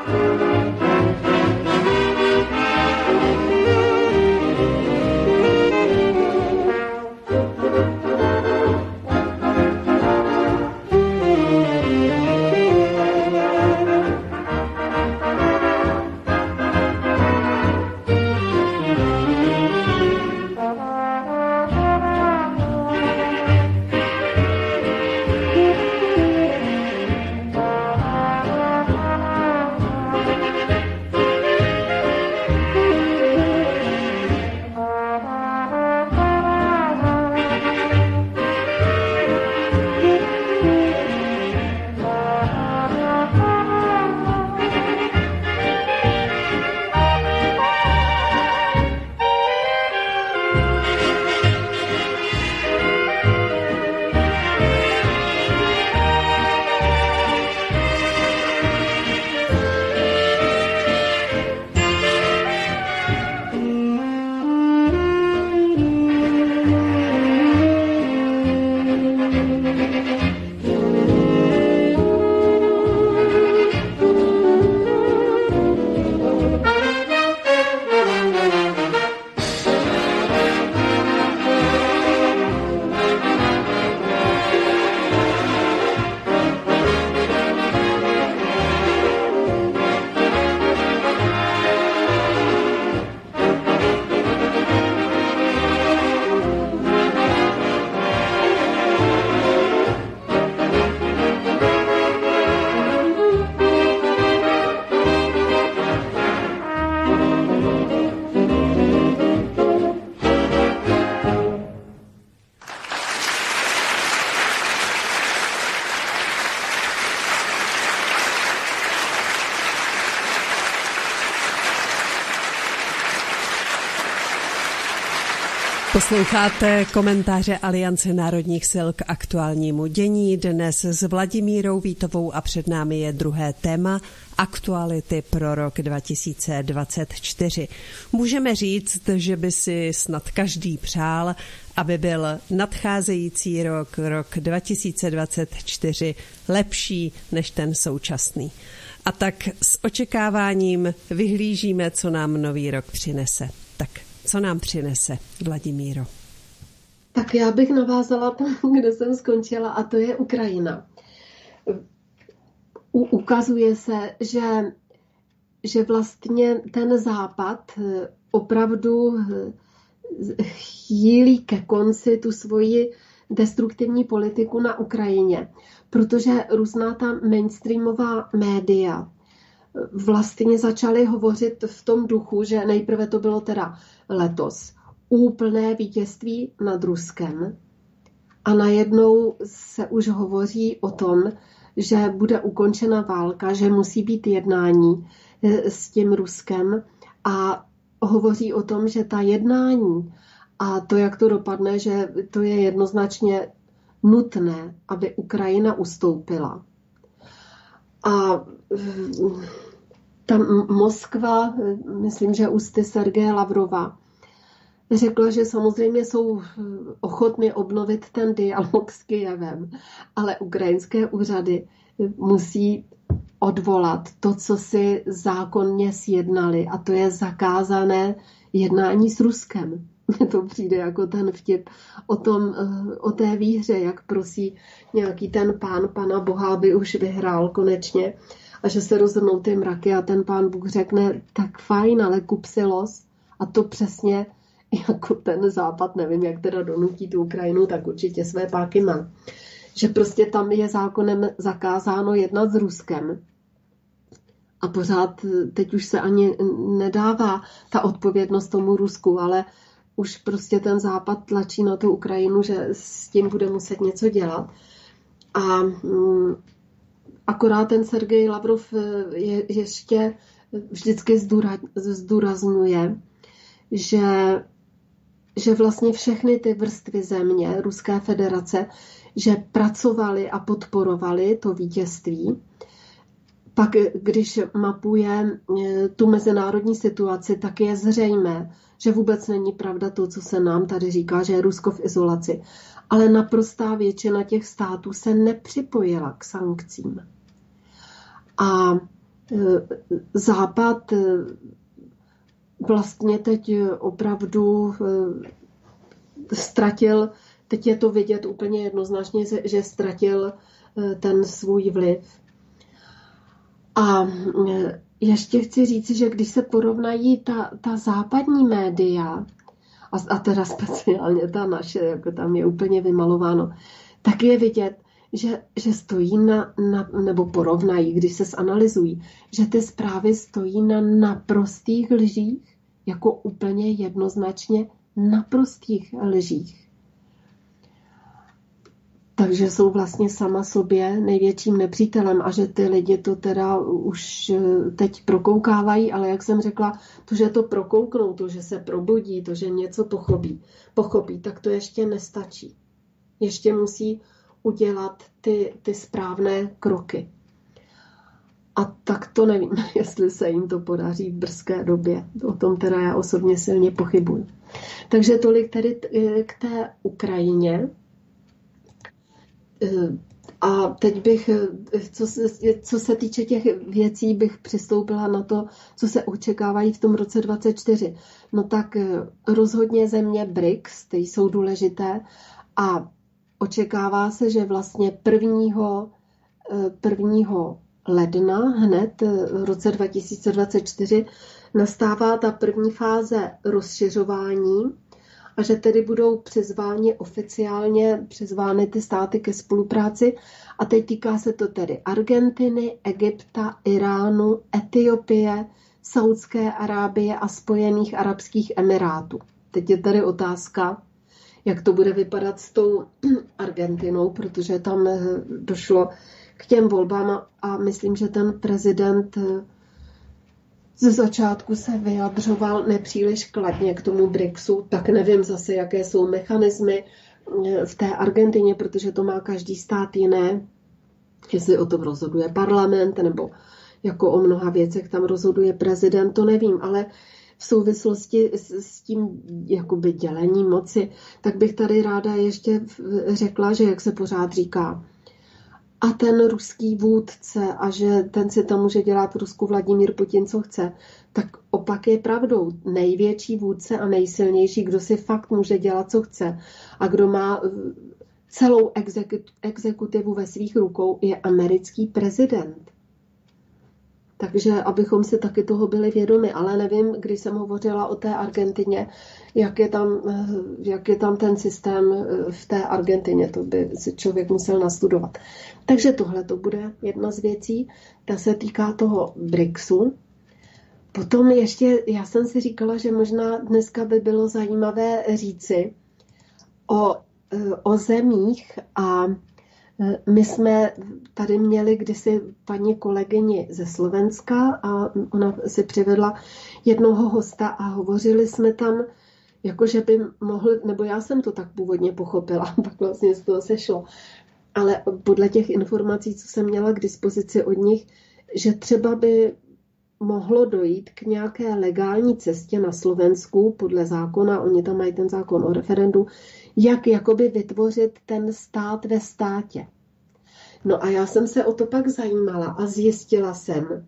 Posloucháte komentáře Aliance národních sil k aktuálnímu dění. Dnes s Vladimírou Vítovou a před námi je druhé téma aktuality pro rok dva tisíce dvacet čtyři. Můžeme říct, že by si snad každý přál, aby byl nadcházející rok, rok dva tisíce dvacet čtyři, lepší než ten současný. A tak s očekáváním vyhlížíme, co nám nový rok přinese. Tak co nám přinese, Vladimíro? Tak já bych navázala tam, kde jsem skončila, a to je Ukrajina. U, ukazuje se, že, že vlastně ten Západ opravdu chýlí ke konci tu svoji destruktivní politiku na Ukrajině, protože různá ta mainstreamová média vlastně začaly hovořit v tom duchu, že nejprve to bylo teda letos úplné vítězství nad Ruskem a najednou se už hovoří o tom, že bude ukončena válka, že musí být jednání s tím Ruskem a hovoří o tom, že ta jednání a to, jak to dopadne, že to je jednoznačně nutné, aby Ukrajina ustoupila. A ta Moskva, myslím, že ústy Sergeje Lavrova, řekla, že samozřejmě jsou ochotni obnovit ten dialog s Kyjevem, ale ukrajinské úřady musí odvolat to, co si zákonně sjednali, a to je zakázané jednání s Ruskem. Mně to přijde jako ten vtip o, tom, o té výhře, jak prosí nějaký ten pán pana Boha, aby už vyhrál konečně a že se rozhodnou ty mraky a ten pán Bůh řekne, tak fajn, ale kup si los. A to přesně jako ten Západ, nevím, jak teda donutí tu Ukrajinu, tak určitě své páky má. Že prostě tam je zákonem zakázáno jednat s Ruskem. A pořád teď už se ani nedává ta odpovědnost tomu Rusku, ale už prostě ten Západ tlačí na tu Ukrajinu, že s tím bude muset něco dělat. A mm, akorát ten Sergej Lavrov je, ještě vždycky zdůra, zdůrazňuje, že, že vlastně všechny ty vrstvy země Ruské federace, že pracovali a podporovali to vítězství. Pak, když mapuje tu mezinárodní situaci, tak je zřejmé, že vůbec není pravda to, co se nám tady říká, že je Rusko v izolaci. Ale naprostá většina těch států se nepřipojila k sankcím. A Západ vlastně teď opravdu ztratil, teď je to vidět úplně jednoznačně, že ztratil ten svůj vliv. A ještě chci říct, že když se porovnají ta, ta západní média, a, a teda speciálně ta naše, jako tam je úplně vymalováno, tak je vidět, že, že stojí na, na, nebo porovnají, když se zanalyzují, že ty zprávy stojí na naprostých lžích, jako úplně jednoznačně naprostých lžích. Takže jsou vlastně sama sobě největším nepřítelem a že ty lidi to teda už teď prokoukávají, ale jak jsem řekla, to, že to prokouknou, to, že se probudí, to, že něco pochopí, pochopí, tak to ještě nestačí. Ještě musí udělat ty, ty správné kroky. A tak to nevím, jestli se jim to podaří v brzké době. O tom teda já osobně silně pochybuji. Takže tolik tedy k té Ukrajině. A teď bych, co se, co se týče těch věcí, bych přistoupila na to, co se očekávají v tom roce dvacet čtyři. No tak rozhodně země B R I C S, ty jsou důležité a očekává se, že vlastně prvního, prvního ledna hned v roce dva tisíce dvacet čtyři nastává ta první fáze rozšiřování a že tedy budou přizváni oficiálně přizvány ty státy ke spolupráci. A teď týká se to tedy Argentiny, Egypta, Iránu, Etiopie, Saúdské Arábie a Spojených arabských emirátů. Teď je tady otázka, jak to bude vypadat s tou Argentinou, protože tam došlo k těm volbám a myslím, že ten prezident ze začátku se vyjadřoval nepříliš kladně k tomu B R I C S u, tak nevím zase, jaké jsou mechanismy v té Argentině, protože to má každý stát jiné, jestli o tom rozhoduje parlament, nebo jako o mnoha věcech tam rozhoduje prezident, to nevím, ale v souvislosti s, s tím jakoby dělením moci, tak bych tady ráda ještě řekla, že jak se pořád říká, a ten ruský vůdce a že ten si tam může dělat v Rusku Vladimír Putin, co chce, tak opak je pravdou. Největší vůdce a nejsilnější, kdo si fakt může dělat, co chce a kdo má celou exekutivu ve svých rukou, je americký prezident. Takže abychom si taky toho byli vědomi, ale nevím, když jsem hovořila o té Argentině, jak je tam, jak je tam ten systém v té Argentině, to by si člověk musel nastudovat. Takže tohle to bude jedna z věcí, ta se týká toho BRICSu. Potom ještě, já jsem si říkala, že možná dneska by bylo zajímavé říci o, o zemích a my jsme tady měli kdysi paní kolegyni ze Slovenska a ona si přivedla jednoho hosta a hovořili jsme tam, jakože by mohli, nebo já jsem to tak původně pochopila, pak vlastně z toho sešlo, ale podle těch informací, co jsem měla k dispozici od nich, že třeba by mohlo dojít k nějaké legální cestě na Slovensku podle zákona, oni tam mají ten zákon o referendu, jak jakoby vytvořit ten stát ve státě. No a já jsem se o to pak zajímala a zjistila jsem,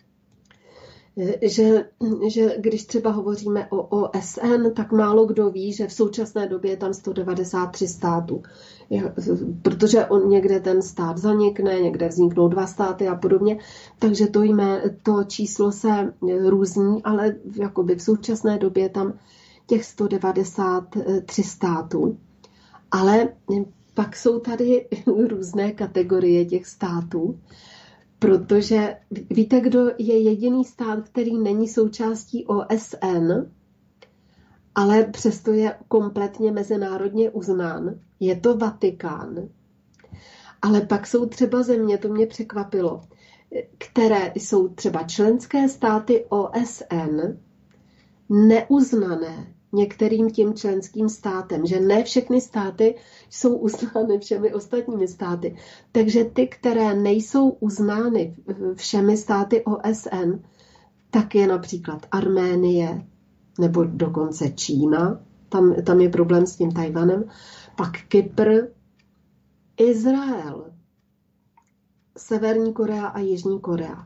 že, že když třeba hovoříme o O S N, tak málo kdo ví, že v současné době je tam sto devadesát tři států. Protože on někde ten stát zanikne, někde vzniknou dva státy a podobně. Takže to, jmé, to číslo se různí, ale jakoby v současné době je tam těch sto devadesát tři států. Ale pak jsou tady různé kategorie těch států. Protože víte, kdo je jediný stát, který není součástí O S N, ale přesto je kompletně mezinárodně uznán? Je to Vatikán. Ale pak jsou třeba země, to mě překvapilo, které jsou třeba členské státy O S N neuznané některým tím členským státem, že ne všechny státy jsou uznány všemi ostatními státy. Takže ty, které nejsou uznány všemi státy O S N, tak je například Arménie nebo dokonce Čína, tam, tam je problém s tím Tajvanem, pak Kypr, Izrael, Severní Korea a Jižní Korea.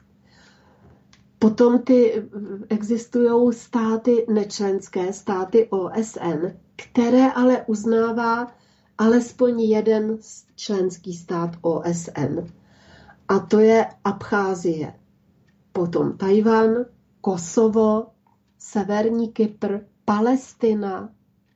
Potom ty existují státy nečlenské, státy O S N, které ale uznává alespoň jeden členský stát O S N. A to je Abcházie. Potom Tajvan, Kosovo, Severní Kypr, Palestina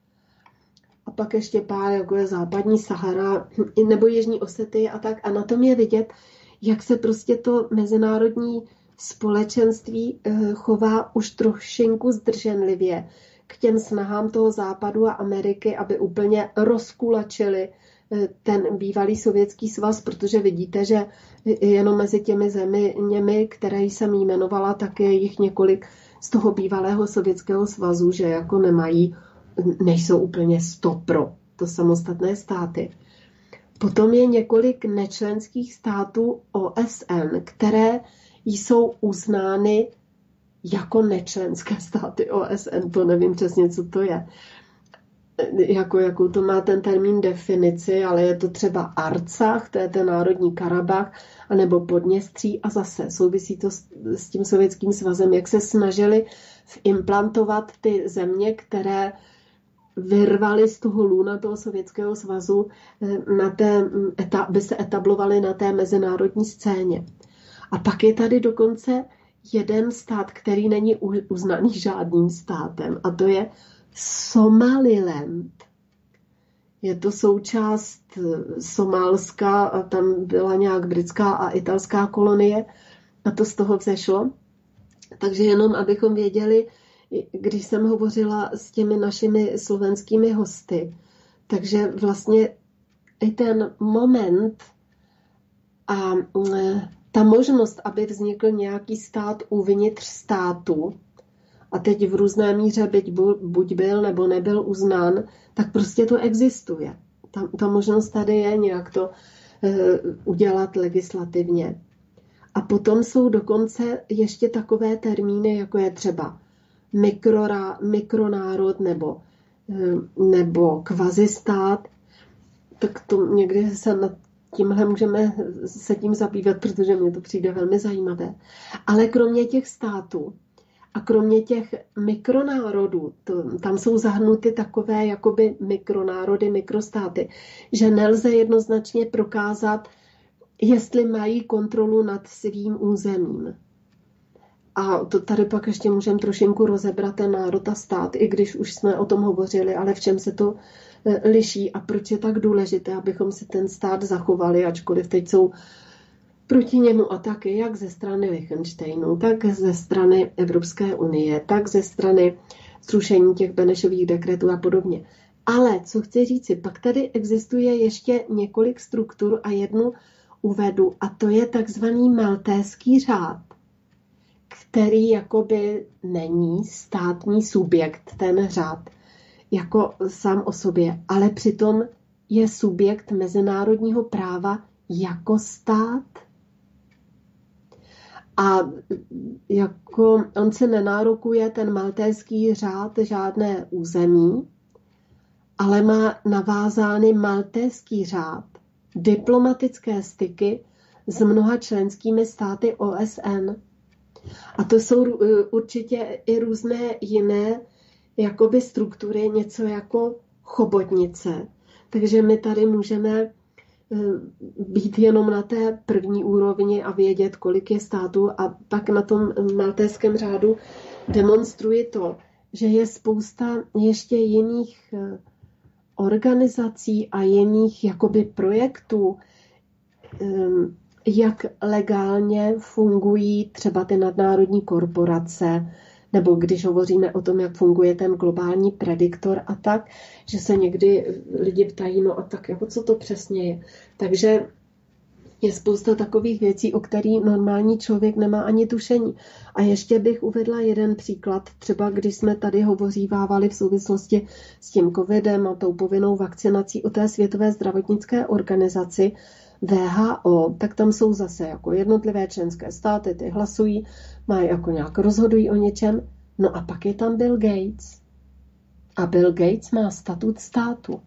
a pak ještě pár, jako je západní Sahara nebo Jižní Osety a tak. A na tom je vidět, jak se prostě to mezinárodní společenství chová už trošinku zdrženlivě k těm snahám toho Západu a Ameriky, aby úplně rozkulačili ten bývalý Sovětský svaz, protože vidíte, že jenom mezi těmi zeměmi, které jsem jmenovala, tak je jich několik z toho bývalého Sovětského svazu, že jako nemají, nejsou úplně sto pro to samostatné státy. Potom je několik nečlenských států O S N, které jsou uznány jako nečlenské státy O S N, to nevím přesně, co to je. Jako, jakou to má ten termín definici, ale je to třeba Arcach, to je ten národní Karabach, anebo Podněstří a zase souvisí to s, s tím Sovětským svazem, jak se snažili implantovat ty země, které vyrvali z toho lůna toho Sovětského svazu, na té, aby se etablovali na té mezinárodní scéně. A pak je tady dokonce jeden stát, který není uznaný žádným státem, a to je Somaliland. Je to součást Somálska a tam byla nějak britská a italská kolonie a to z toho vzešlo. Takže jenom abychom věděli, když jsem hovořila s těmi našimi slovenskými hosty, takže vlastně i ten moment a ta možnost, aby vznikl nějaký stát uvnitř státu, a teď v různé míře byť buď byl nebo nebyl uznán, tak prostě to existuje. Ta, ta možnost tady je nějak to e, udělat legislativně. A potom jsou dokonce ještě takové termíny, jako je třeba mikrora, mikronárod nebo, e, nebo kvazistát. Tak to někdy se nad tímhle můžeme se tím zabývat, protože mně to přijde velmi zajímavé. Ale kromě těch států a kromě těch mikronárodů, to, tam jsou zahrnuty takové jakoby mikronárody, mikrostáty, že nelze jednoznačně prokázat, jestli mají kontrolu nad svým územím. A to tady pak ještě můžeme trošinku rozebrat ten národ a stát, i když už jsme o tom hovořili, ale v čem se to liší a proč je tak důležité, abychom si ten stát zachovali, ačkoliv teď jsou proti němu ataky jak ze strany Lichtensteinu, tak ze strany Evropské unie, tak ze strany zrušení těch Benešových dekretů a podobně. Ale co chci říci, pak tady existuje ještě několik struktur a jednu uvedu, a to je takzvaný maltéský řád, který jakoby není státní subjekt, ten řád, jako sám o sobě, ale přitom je subjekt mezinárodního práva jako stát. A jako on se nenárokuje, ten maltéský řád, žádné území, ale má navázány maltéský řád, diplomatické styky s mnoha členskými státy O S N. A to jsou určitě i různé jiné jakoby struktury, něco jako chobotnice. Takže my tady můžeme být jenom na té první úrovni a vědět, kolik je států, a pak na tom maltéském řádu demonstruji to, že je spousta ještě jiných organizací a jiných jakoby projektů, jak legálně fungují třeba ty nadnárodní korporace, nebo když hovoříme o tom, jak funguje ten globální prediktor a tak, že se někdy lidi ptají, no a tak, jako co to přesně je. Takže je spousta takových věcí, o kterých normální člověk nemá ani tušení. A ještě bych uvedla jeden příklad, třeba když jsme tady hovořívávali v souvislosti s tím covidem a tou povinnou vakcinací o té Světové zdravotnické organizaci W H O, tak tam jsou zase jako jednotlivé členské státy, ty hlasují, mají jako nějak rozhodují o něčem. No a pak je tam Bill Gates. A Bill Gates má statut státu.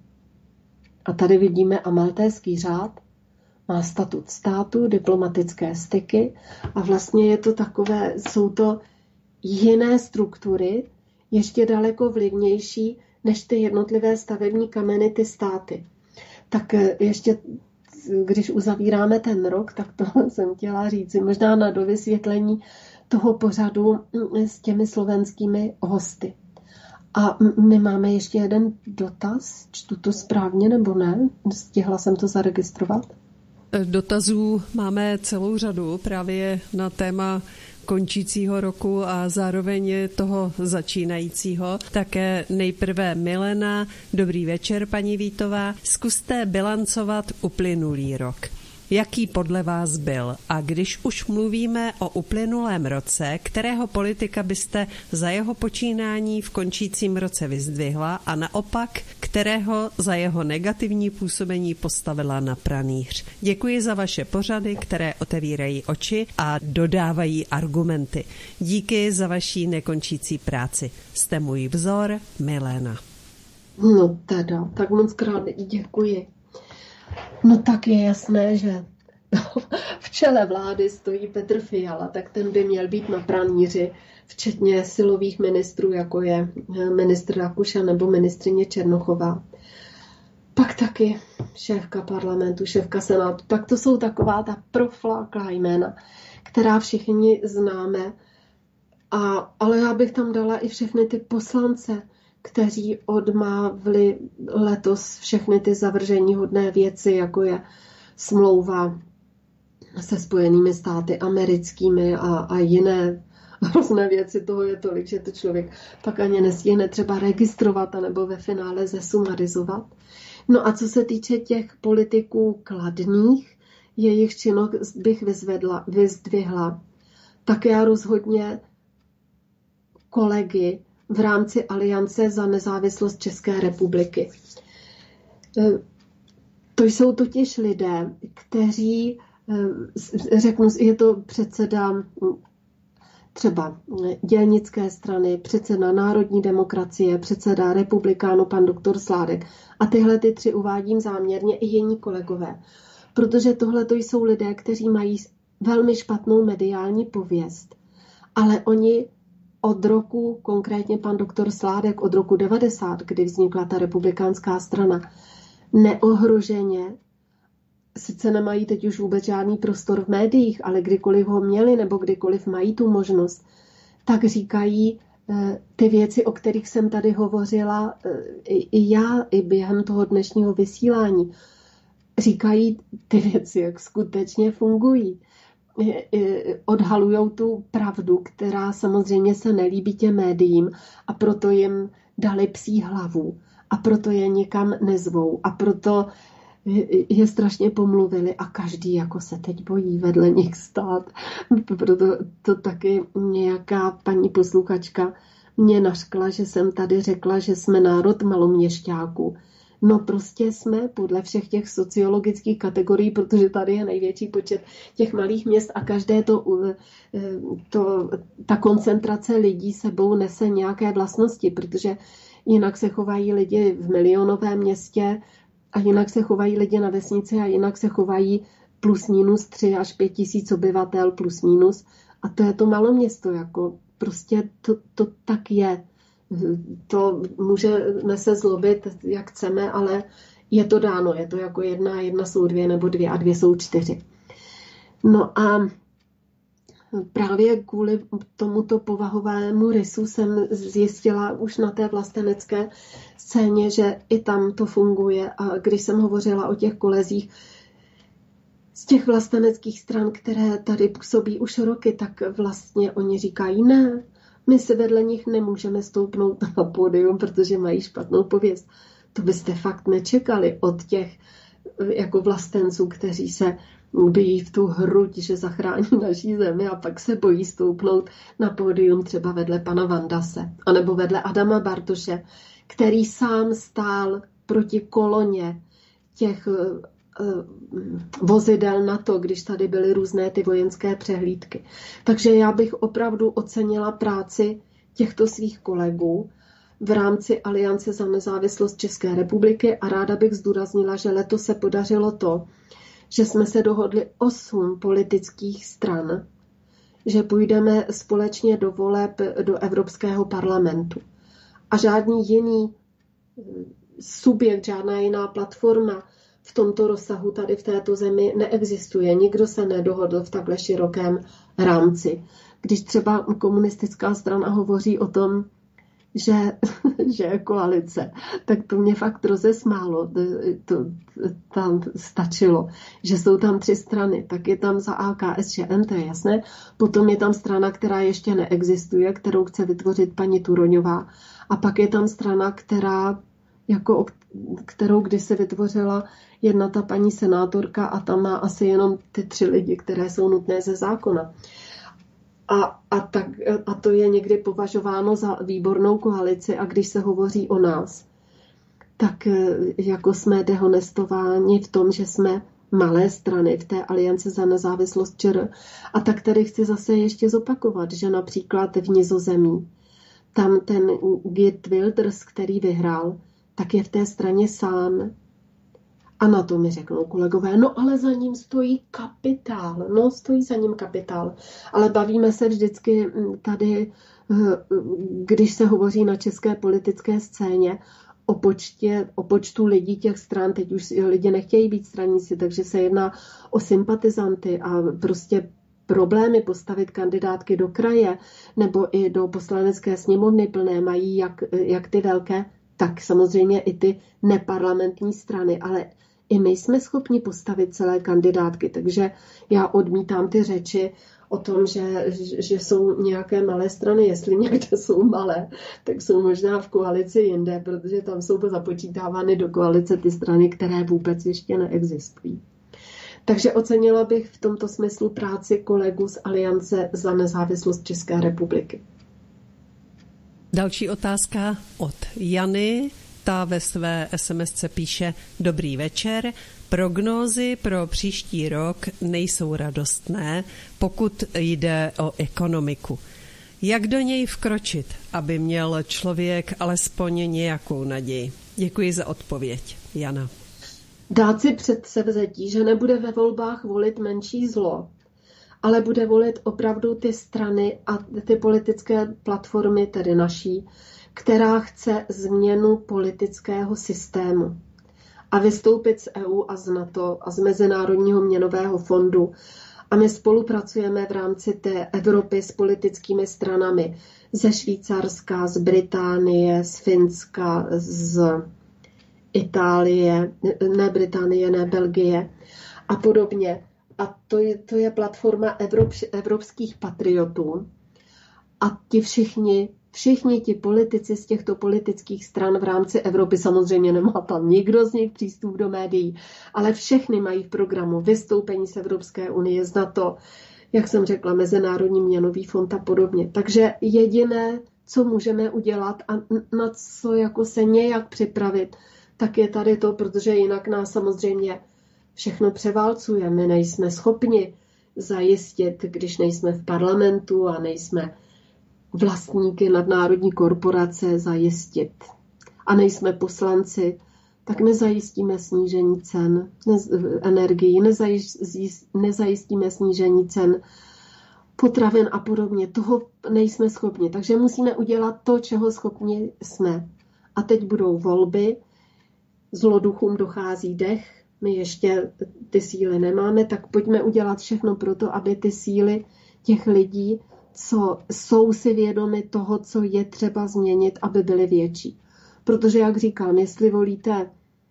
A tady vidíme a maltéský řád má statut státu, diplomatické styky a vlastně je to takové, jsou to jiné struktury, ještě daleko vlivnější než ty jednotlivé stavební kameny, ty státy. Tak ještě když uzavíráme ten rok, tak to jsem chtěla říct, možná na dovysvětlení toho pořadu s těmi slovenskými hosty. A my máme ještě jeden dotaz, čtu to správně nebo ne? Stihla jsem to zaregistrovat? Dotazů máme celou řadu právě na téma končícího roku a zároveň toho začínajícího. Také nejprve Milena. Dobrý večer, paní Vítová. Zkuste bilancovat uplynulý rok. Jaký podle vás byl? A když už mluvíme o uplynulém roce, kterého politika byste za jeho počínání v končícím roce vyzdvihla a naopak, kterého za jeho negativní působení postavila na pranýř? Děkuji za vaše pořady, které otevírají oči a dodávají argumenty. Díky za vaší nekončící práci. Jste můj vzor, Milena. No teda, tak moc krát děkuji. No tak je jasné, že v čele vlády stojí Petr Fiala, tak ten by měl být na pranýři, včetně silových ministrů, jako je ministr Rakušan nebo ministryně Černochová. Pak taky šéfka parlamentu, šéfka senátu. Tak to jsou taková ta profláklá jména, která všichni známe. A, ale já bych tam dala i všechny ty poslance, kteří odmávli letos všechny ty zavrženíhodné věci, jako je smlouva se Spojenými státy americkými a, a jiné různé věci. Toho je tolik, že to člověk pak ani nestihne třeba registrovat anebo ve finále zesumarizovat. No a co se týče těch politiků kladných, jejich činnost bych vyzvedla, vyzdvihla, tak já rozhodně kolegy v rámci Aliance za nezávislost České republiky. To jsou totiž lidé, kteří, řeknu, je to předseda třeba dělnické strany, předseda národní demokracie, předseda republikánu, pan doktor Sládek. A tyhle ty tři uvádím záměrně i jiní kolegové. Protože tohle to jsou lidé, kteří mají velmi špatnou mediální pověst. Ale oni od roku, konkrétně pan doktor Sládek, od roku devadesát, kdy vznikla ta republikánská strana, neohroženě sice nemají teď už vůbec žádný prostor v médiích, ale kdykoliv ho měli nebo kdykoliv mají tu možnost, tak říkají ty věci, o kterých jsem tady hovořila i já, i během toho dnešního vysílání. Říkají ty věci, jak skutečně fungují. Odhalujou tu pravdu, která samozřejmě se nelíbí těm médiím a proto jim dali psí hlavu a proto je nikam nezvou a proto je strašně pomluvili a každý jako se teď bojí vedle nich stát. Proto to taky nějaká paní posluchačka mě nařkla, že jsem tady řekla, že jsme národ maloměšťáků. No prostě jsme podle všech těch sociologických kategorií, protože tady je největší počet těch malých měst a každé to, to ta koncentrace lidí sebou nese nějaké vlastnosti, protože jinak se chovají lidi v milionovém městě a jinak se chovají lidi na vesnici a jinak se chovají plus minus tři až pět tisíc obyvatel plus minus a to je to maloměsto, jako prostě to, to tak je. To můžeme se zlobit, jak chceme, ale je to dáno. Je to jako jedna, jedna jsou dvě nebo dvě a dvě jsou čtyři. No a právě kvůli tomuto povahovému rysu jsem zjistila už na té vlastenecké scéně, že i tam to funguje. A když jsem hovořila o těch kolezích z těch vlasteneckých stran, které tady působí už roky, tak vlastně oni říkají ne, my se vedle nich nemůžeme stoupnout na pódium, protože mají špatnou pověst. To byste fakt nečekali od těch jako vlastenců, kteří se bijí v tu hruď, že zachrání naší zemi a pak se bojí stoupnout na pódium třeba vedle pana Vandase, anebo vedle Adama Bartoše, který sám stál proti koloně těch vozidel NATO, když tady byly různé ty vojenské přehlídky. Takže já bych opravdu ocenila práci těchto svých kolegů v rámci Aliance za nezávislost České republiky a ráda bych zdůraznila, že letos se podařilo to, že jsme se dohodli osm politických stran, že půjdeme společně do voleb do Evropského parlamentu. A žádný jiný subjekt, žádná jiná platforma v tomto rozsahu tady v této zemi neexistuje. Nikdo se nedohodl v takhle širokém rámci. Když třeba komunistická strana hovoří o tom, že, že je koalice, tak to mě fakt rozesmálo. To, tam stačilo, že jsou tam tři strany. Tak je tam za A K S Č M, to je jasné. Potom je tam strana, která ještě neexistuje, kterou chce vytvořit paní Turoňová. A pak je tam strana, která jako kterou když se vytvořila jedna ta paní senátorka a tam má asi jenom ty tři lidi, které jsou nutné ze zákona. A, a, tak, a to je někdy považováno za výbornou koalici a když se hovoří o nás, tak jako jsme dehonestováni v tom, že jsme malé strany v té Alianci za nezávislost ČR. A tak tady chci zase ještě zopakovat, že například v Nizozemí, tam ten Geert Wilders, který vyhrál, tak je v té straně sám. A na to mi řeknou kolegové, no ale za ním stojí kapitál. No, stojí za ním kapitál. Ale bavíme se vždycky tady, když se hovoří na české politické scéně, o, počtě, o počtu lidí těch stran. Teď už lidi nechtějí být straníci, takže se jedná o sympatizanty a prostě problémy postavit kandidátky do kraje nebo i do poslanecké sněmovny plné mají jak, jak ty velké, tak samozřejmě i ty neparlamentní strany, ale i my jsme schopni postavit celé kandidátky, takže já odmítám ty řeči o tom, že, že jsou nějaké malé strany, jestli někde jsou malé, tak jsou možná v koalici jinde, protože tam jsou započítávány do koalice ty strany, které vůbec ještě neexistují. Takže ocenila bych v tomto smyslu práci kolegů z Aliance za nezávislost České republiky. Další otázka od Jany. Ta ve své SMSce píše: Dobrý večer. Prognózy pro příští rok nejsou radostné, pokud jde o ekonomiku. Jak do něj vkročit, aby měl člověk alespoň nějakou naději? Děkuji za odpověď. Jana. Dát si předsevzetí, že nebude ve volbách volit menší zlo, ale bude volit opravdu ty strany a ty politické platformy, tedy naší, která chce změnu politického systému. a vystoupit z E U a z NATO a z Mezinárodního měnového fondu. A my spolupracujeme v rámci té Evropy s politickými stranami ze Švýcarska, z Británie, z Finska, z Itálie, ne Británie, ne Belgie a podobně. A to je, to je platforma Evrop, evropských patriotů. A ti všichni, všichni ti politici z těchto politických stran v rámci Evropy, samozřejmě nemá tam nikdo z nich přístup do médií, ale všechny mají v programu vystoupení z Evropské unie, z NATO, jak jsem řekla, Mezinárodní měnový fond a podobně. Takže jediné, co můžeme udělat a na co jako se nějak připravit, tak je tady to, protože jinak nás samozřejmě všechno převálcuje. My nejsme schopni zajistit, když nejsme v parlamentu a nejsme vlastníky nadnárodní korporace, zajistit. A nejsme poslanci, tak nezajistíme snížení cen energií, nezajistíme snížení cen potravin a podobně. Toho nejsme schopni. Takže musíme udělat to, čeho schopni jsme. A teď budou volby, zloduchům dochází dech, my ještě ty síly nemáme, tak pojďme udělat všechno pro to, aby ty síly těch lidí, co jsou si vědomi toho, co je třeba změnit, aby byly větší. Protože, jak říkám, jestli volíte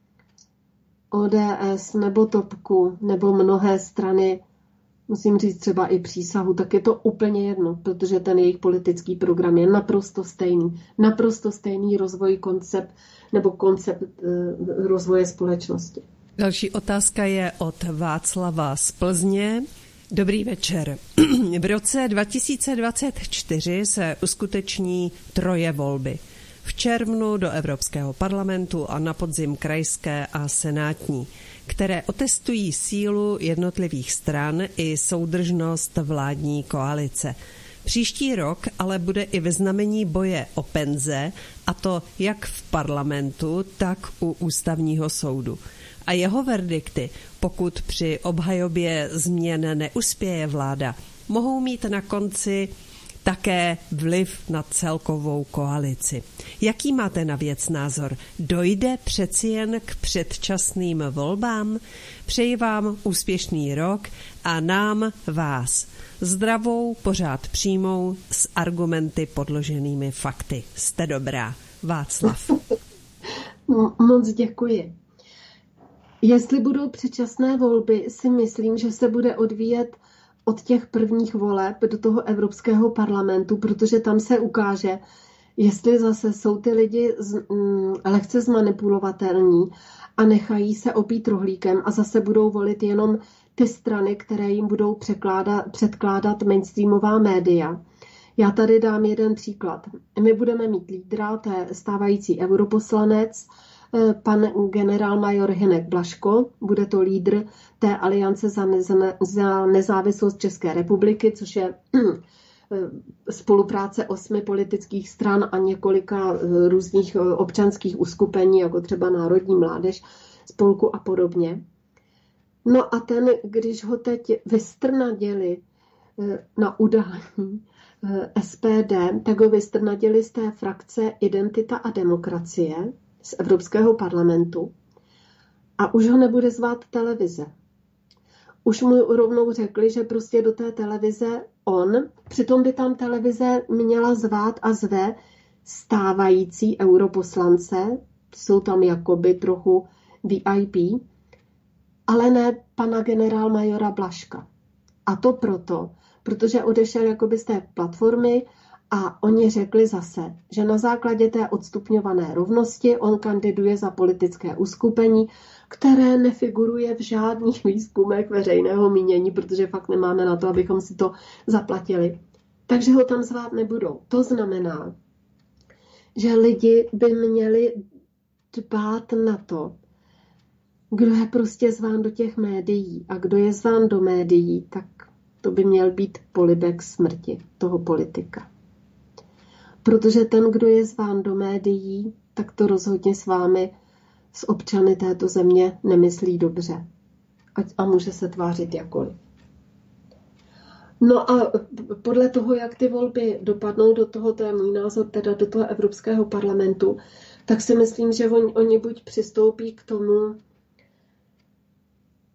O D S nebo Topku nebo mnohé strany, musím říct třeba i Přísahu, tak je to úplně jedno, protože ten jejich politický program je naprosto stejný. Naprosto stejný rozvoj koncept nebo koncept rozvoje společnosti. Další otázka je od Václava z Plzně. Dobrý večer. V roce dva tisíce dvacet čtyři se uskuteční troje volby. V červnu do Evropského parlamentu a na podzim krajské a senátní, které otestují sílu jednotlivých stran i soudržnost vládní koalice. Příští rok ale bude i ve znamení boje o penze, a to jak v parlamentu, tak u ústavního soudu. A jeho verdikty, pokud při obhajobě změn neuspěje vláda, mohou mít na konci také vliv na celkovou koalici. Jaký máte na věc názor? Dojde přeci jen k předčasným volbám? Přeji vám úspěšný rok a nám vás zdravou, pořád přímou, s argumenty podloženými fakty. Jste dobrá. Václav. Moc děkuji. Jestli budou předčasné volby, si myslím, že se bude odvíjet od těch prvních voleb do toho Evropského parlamentu, protože tam se ukáže, jestli zase jsou ty lidi z, mm, lehce zmanipulovatelní a nechají se opít rohlíkem a zase budou volit jenom ty strany, které jim budou předkládat mainstreamová média. Já tady dám jeden příklad. My budeme mít lídra, to je stávající europoslanec, pan generálmajor Hynek Blažko, bude to lídr té aliance za, neza, za nezávislost České republiky, což je spolupráce osmi politických stran a několika různých občanských uskupení, jako třeba Národní mládež, spolku a podobně. No a ten, když ho teď vystrnaděli na udání S P D, tak ho vystrnaděli z té frakce Identita a demokracie z Evropského parlamentu a už ho nebude zvát televize. Už mu rovnou řekli, že prostě do té televize on, přitom by tam televize měla zvát a zve stávající europoslance, jsou tam jakoby trochu V I P, ale ne pana generálmajora Blažka. A to proto, protože odešel jakoby z té platformy a oni řekli zase, že na základě té odstupňované rovnosti on kandiduje za politické uskupení, které nefiguruje v žádných výzkumech veřejného mínění, protože fakt nemáme na to, abychom si to zaplatili. Takže ho tam zvát nebudou. To znamená, že lidi by měli dbát na to, kdo je prostě zván do těch médií a kdo je zván do médií, tak to by měl být polibek smrti toho politika. Protože ten, kdo je zván do médií, tak to rozhodně s vámi, s občany této země, nemyslí dobře. A může se tvářit jakkoliv. No a podle toho, jak ty volby dopadnou do toho, to je můj názor, teda do toho Evropského parlamentu, tak si myslím, že oni, oni buď přistoupí k tomu,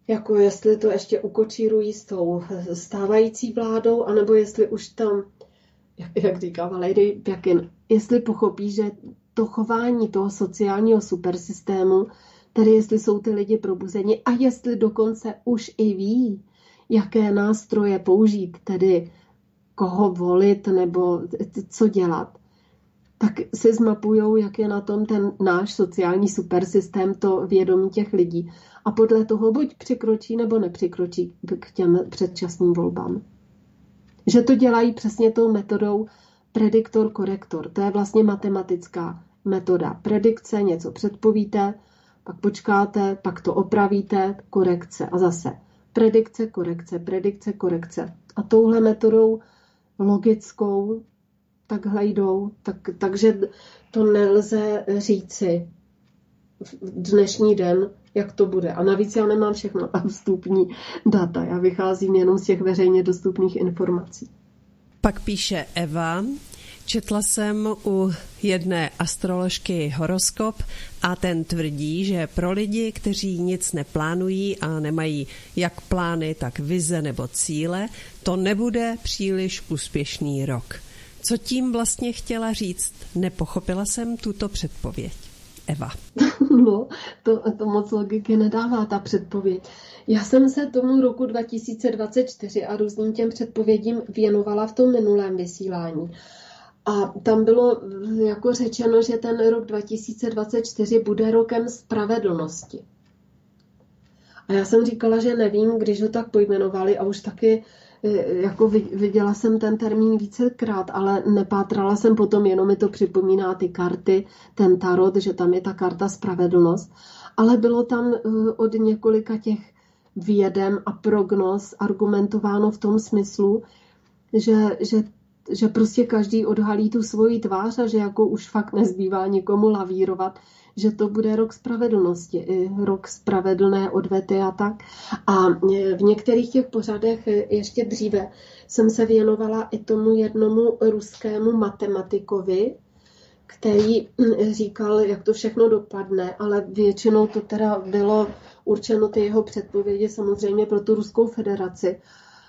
jako jestli to ještě ukočírují s tou stávající vládou, anebo jestli už tam, jak říká Valéry Pjakin, jestli pochopí, že to chování toho sociálního supersystému, tedy jestli jsou ty lidi probuzeni a jestli dokonce už i ví, jaké nástroje použít, tedy koho volit nebo co dělat, tak si zmapujou, jak je na tom ten náš sociální supersystém, to vědomí těch lidí. A podle toho buď přikročí nebo nepřikročí k těm předčasným volbám. Že to dělají přesně tou metodou prediktor-korektor. To je vlastně matematická metoda. Predikce, něco předpovíte, pak počkáte, pak to opravíte, korekce a zase. Predikce, korekce, predikce, korekce. A touhle metodou logickou takhle jdou. Tak, takže to nelze říci v dnešní den, jak to bude. A navíc já nemám všechno ta vstupní data. Já vycházím jenom z těch veřejně dostupných informací. Pak píše Eva, četla jsem u jedné astroložky horoskop a ten tvrdí, že pro lidi, kteří nic neplánují a nemají jak plány, tak vize nebo cíle, to nebude příliš úspěšný rok. Co tím vlastně chtěla říct? Nepochopila jsem tuto předpověď. Eva. No, to, to moc logiky nedává, ta předpověď. Já jsem se tomu roku dva tisíce dvacet čtyři a různým těm předpovědím věnovala v tom minulém vysílání. A tam bylo jako řečeno, že ten rok dva tisíce dvacet čtyři bude rokem spravedlnosti. A já jsem říkala, že nevím, když ho tak pojmenovali a už taky jako viděla jsem ten termín vícekrát, ale nepátrala jsem potom, jenom mi to připomíná ty karty, ten tarot, že tam je ta karta spravedlnost. Ale bylo tam od několika těch vědem a prognóz argumentováno v tom smyslu, že, že, že prostě každý odhalí tu svoji tvář a že jako už fakt nezbývá nikomu lavírovat, že to bude rok spravedlnosti, rok spravedlné odvety a tak. A v některých těch pořadech ještě dříve jsem se věnovala i tomu jednomu ruskému matematikovi, který říkal, jak to všechno dopadne, ale většinou to teda bylo určeno ty jeho předpovědi samozřejmě pro tu Ruskou federaci.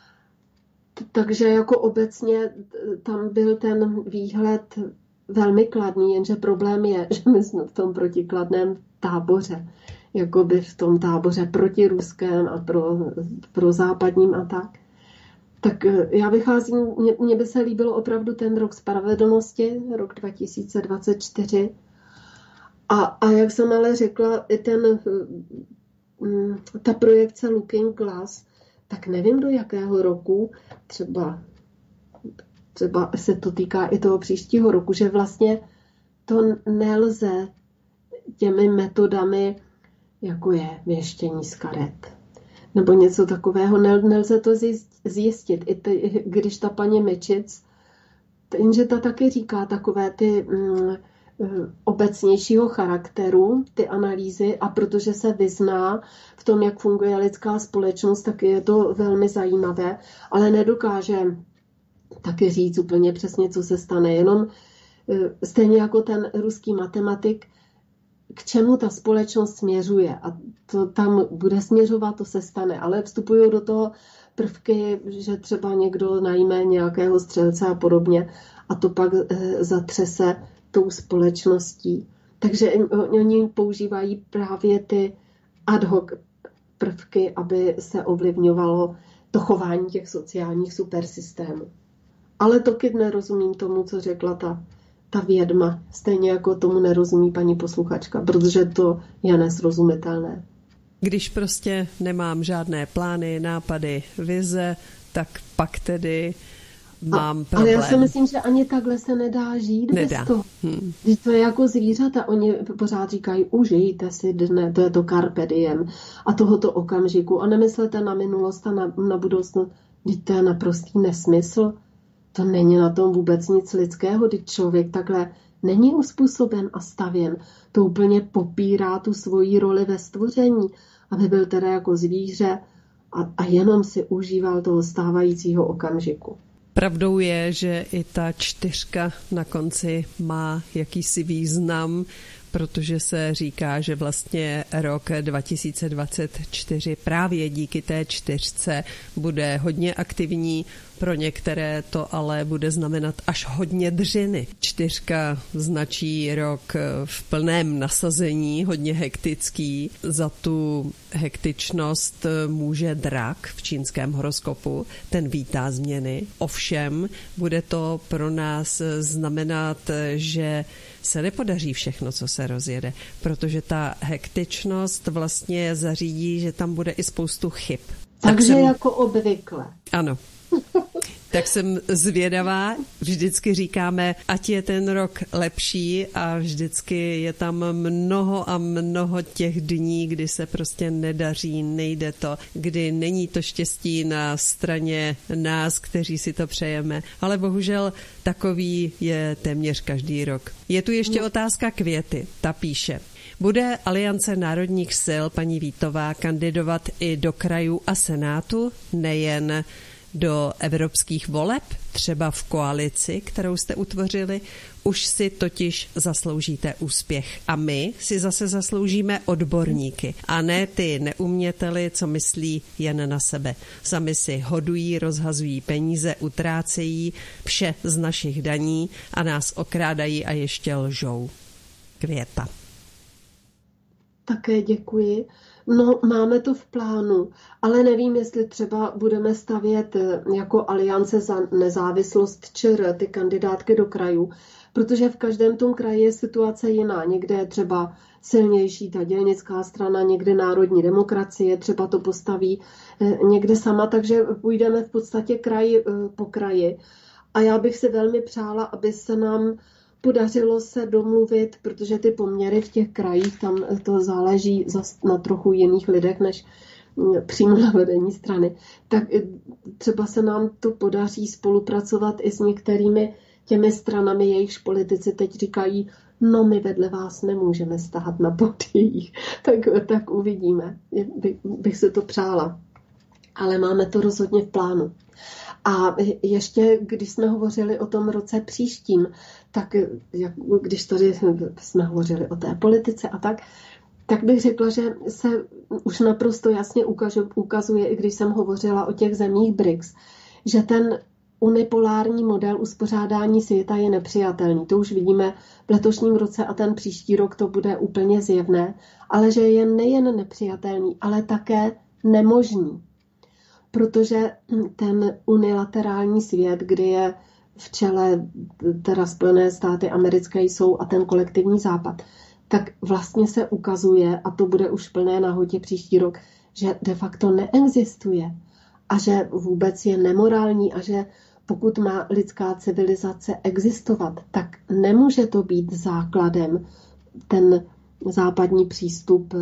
Takže jako obecně tam byl ten výhled velmi kladný, jenže problém je, že my jsme v tom protikladném táboře. Jakoby v tom táboře proti ruském a pro, pro západním a tak. Tak já vycházím, mně, mně by se líbilo opravdu ten rok spravedlnosti, rok dva tisíce dvacet čtyři. A, a jak jsem ale řekla, i ten, ta projekce Looking Glass, tak nevím do jakého roku, třeba třeba se to týká i toho příštího roku, že vlastně to nelze těmi metodami, jako je věštění z karet, nebo něco takového, nelze to zjistit. I ty, když ta paní Mičic, jenže ta taky říká takové ty mm, obecnějšího charakteru, ty analýzy, a protože se vyzná v tom, jak funguje lidská společnost, tak je to velmi zajímavé, ale nedokáže taky říct úplně přesně, co se stane. Jenom stejně jako ten ruský matematik, k čemu ta společnost směřuje. A to tam bude směřovat, to se stane. Ale vstupují do toho prvky, že třeba někdo najme nějakého střelce a podobně a to pak zatřese tou společností. Takže oni používají právě ty ad hoc prvky, aby se ovlivňovalo to chování těch sociálních supersystémů. Ale taky nerozumím tomu, co řekla ta, ta vědma. Stejně jako tomu nerozumí paní posluchačka, protože to je nesrozumitelné. Když prostě nemám žádné plány, nápady, vize, tak pak tedy mám a, problém. Ale já si myslím, že ani takhle se nedá žít nedá. bez toho. Hmm. Když to je jako zvířata, oni pořád říkají, užijte si dne, to je to carpe diem a tohoto okamžiku a nemyslete na minulost a na, na budoucnost. Vždyť to je naprostý nesmysl. To není na tom vůbec nic lidského, když člověk takhle není uspůsoben a stavěn. To úplně popírá tu svoji roli ve stvoření, aby byl teda jako zvíře a, a jenom si užíval toho stávajícího okamžiku. Pravdou je, že i ta čtyřka na konci má jakýsi význam, protože se říká, že vlastně rok dva tisíce dvacet čtyři právě díky té čtyřce bude hodně aktivní. Pro některé to ale bude znamenat až hodně dřiny. Čtyřka značí rok v plném nasazení, hodně hektický. Za tu hektičnost může drak v čínském horoskopu, ten vítá změny. Ovšem bude to pro nás znamenat, že se nepodaří všechno, co se rozjede, protože ta hektičnost vlastně zařídí, že tam bude i spoustu chyb. Takže tak jsem... jako obvykle. Ano. Tak jsem zvědavá, vždycky říkáme, ať je ten rok lepší a vždycky je tam mnoho a mnoho těch dní, kdy se prostě nedaří, nejde to, kdy není to štěstí na straně nás, kteří si to přejeme, ale bohužel takový je téměř každý rok. Je tu ještě otázka Květy, ta píše. Bude Aliance národních sil, paní Vítová, kandidovat i do krajů a senátu, nejen do evropských voleb, třeba v koalici, kterou jste utvořili? Už si totiž zasloužíte úspěch. A my si zase zasloužíme odborníky. A ne ty neuměteli, co myslí jen na sebe. Sami si hodují, rozhazují peníze, utrácejí vše z našich daní a nás okrádají a ještě lžou. Květa. Také děkuji. No, máme to v plánu, ale nevím, jestli třeba budeme stavět jako Aliance za nezávislost ČR ty kandidátky do krajů, protože v každém tom kraji je situace jiná. Někde je třeba silnější ta dělnická strana, někde národní demokracie, třeba to postaví někde sama, takže půjdeme v podstatě kraj po kraji. A já bych si velmi přála, aby se nám podařilo se domluvit, protože ty poměry v těch krajích, tam to záleží na trochu jiných lidech, než přímo na vedení strany. Tak třeba se nám to podaří spolupracovat i s některými těmi stranami, jejichž politici teď říkají, no my vedle vás nemůžeme stát na pódiích. Tak, tak uvidíme. By, bych se to přála. Ale máme to rozhodně v plánu. A ještě, když jsme hovořili o tom roce příštím, tak jak, když tady jsme hovořili o té politice a tak, tak bych řekla, že se už naprosto jasně ukazuje, i když jsem hovořila o těch zemích B R I C S, že ten unipolární model uspořádání světa je nepřijatelný. To už vidíme v letošním roce a ten příští rok to bude úplně zjevné, ale že je nejen nepřijatelný, ale také nemožný. Protože ten unilaterální svět, kdy je v čele teda Spojené státy americké jsou a ten kolektivní západ, tak vlastně se ukazuje, a to bude už v plné nahotě příští rok, že de facto neexistuje a že vůbec je nemorální a že pokud má lidská civilizace existovat, tak nemůže to být základem ten západní přístup,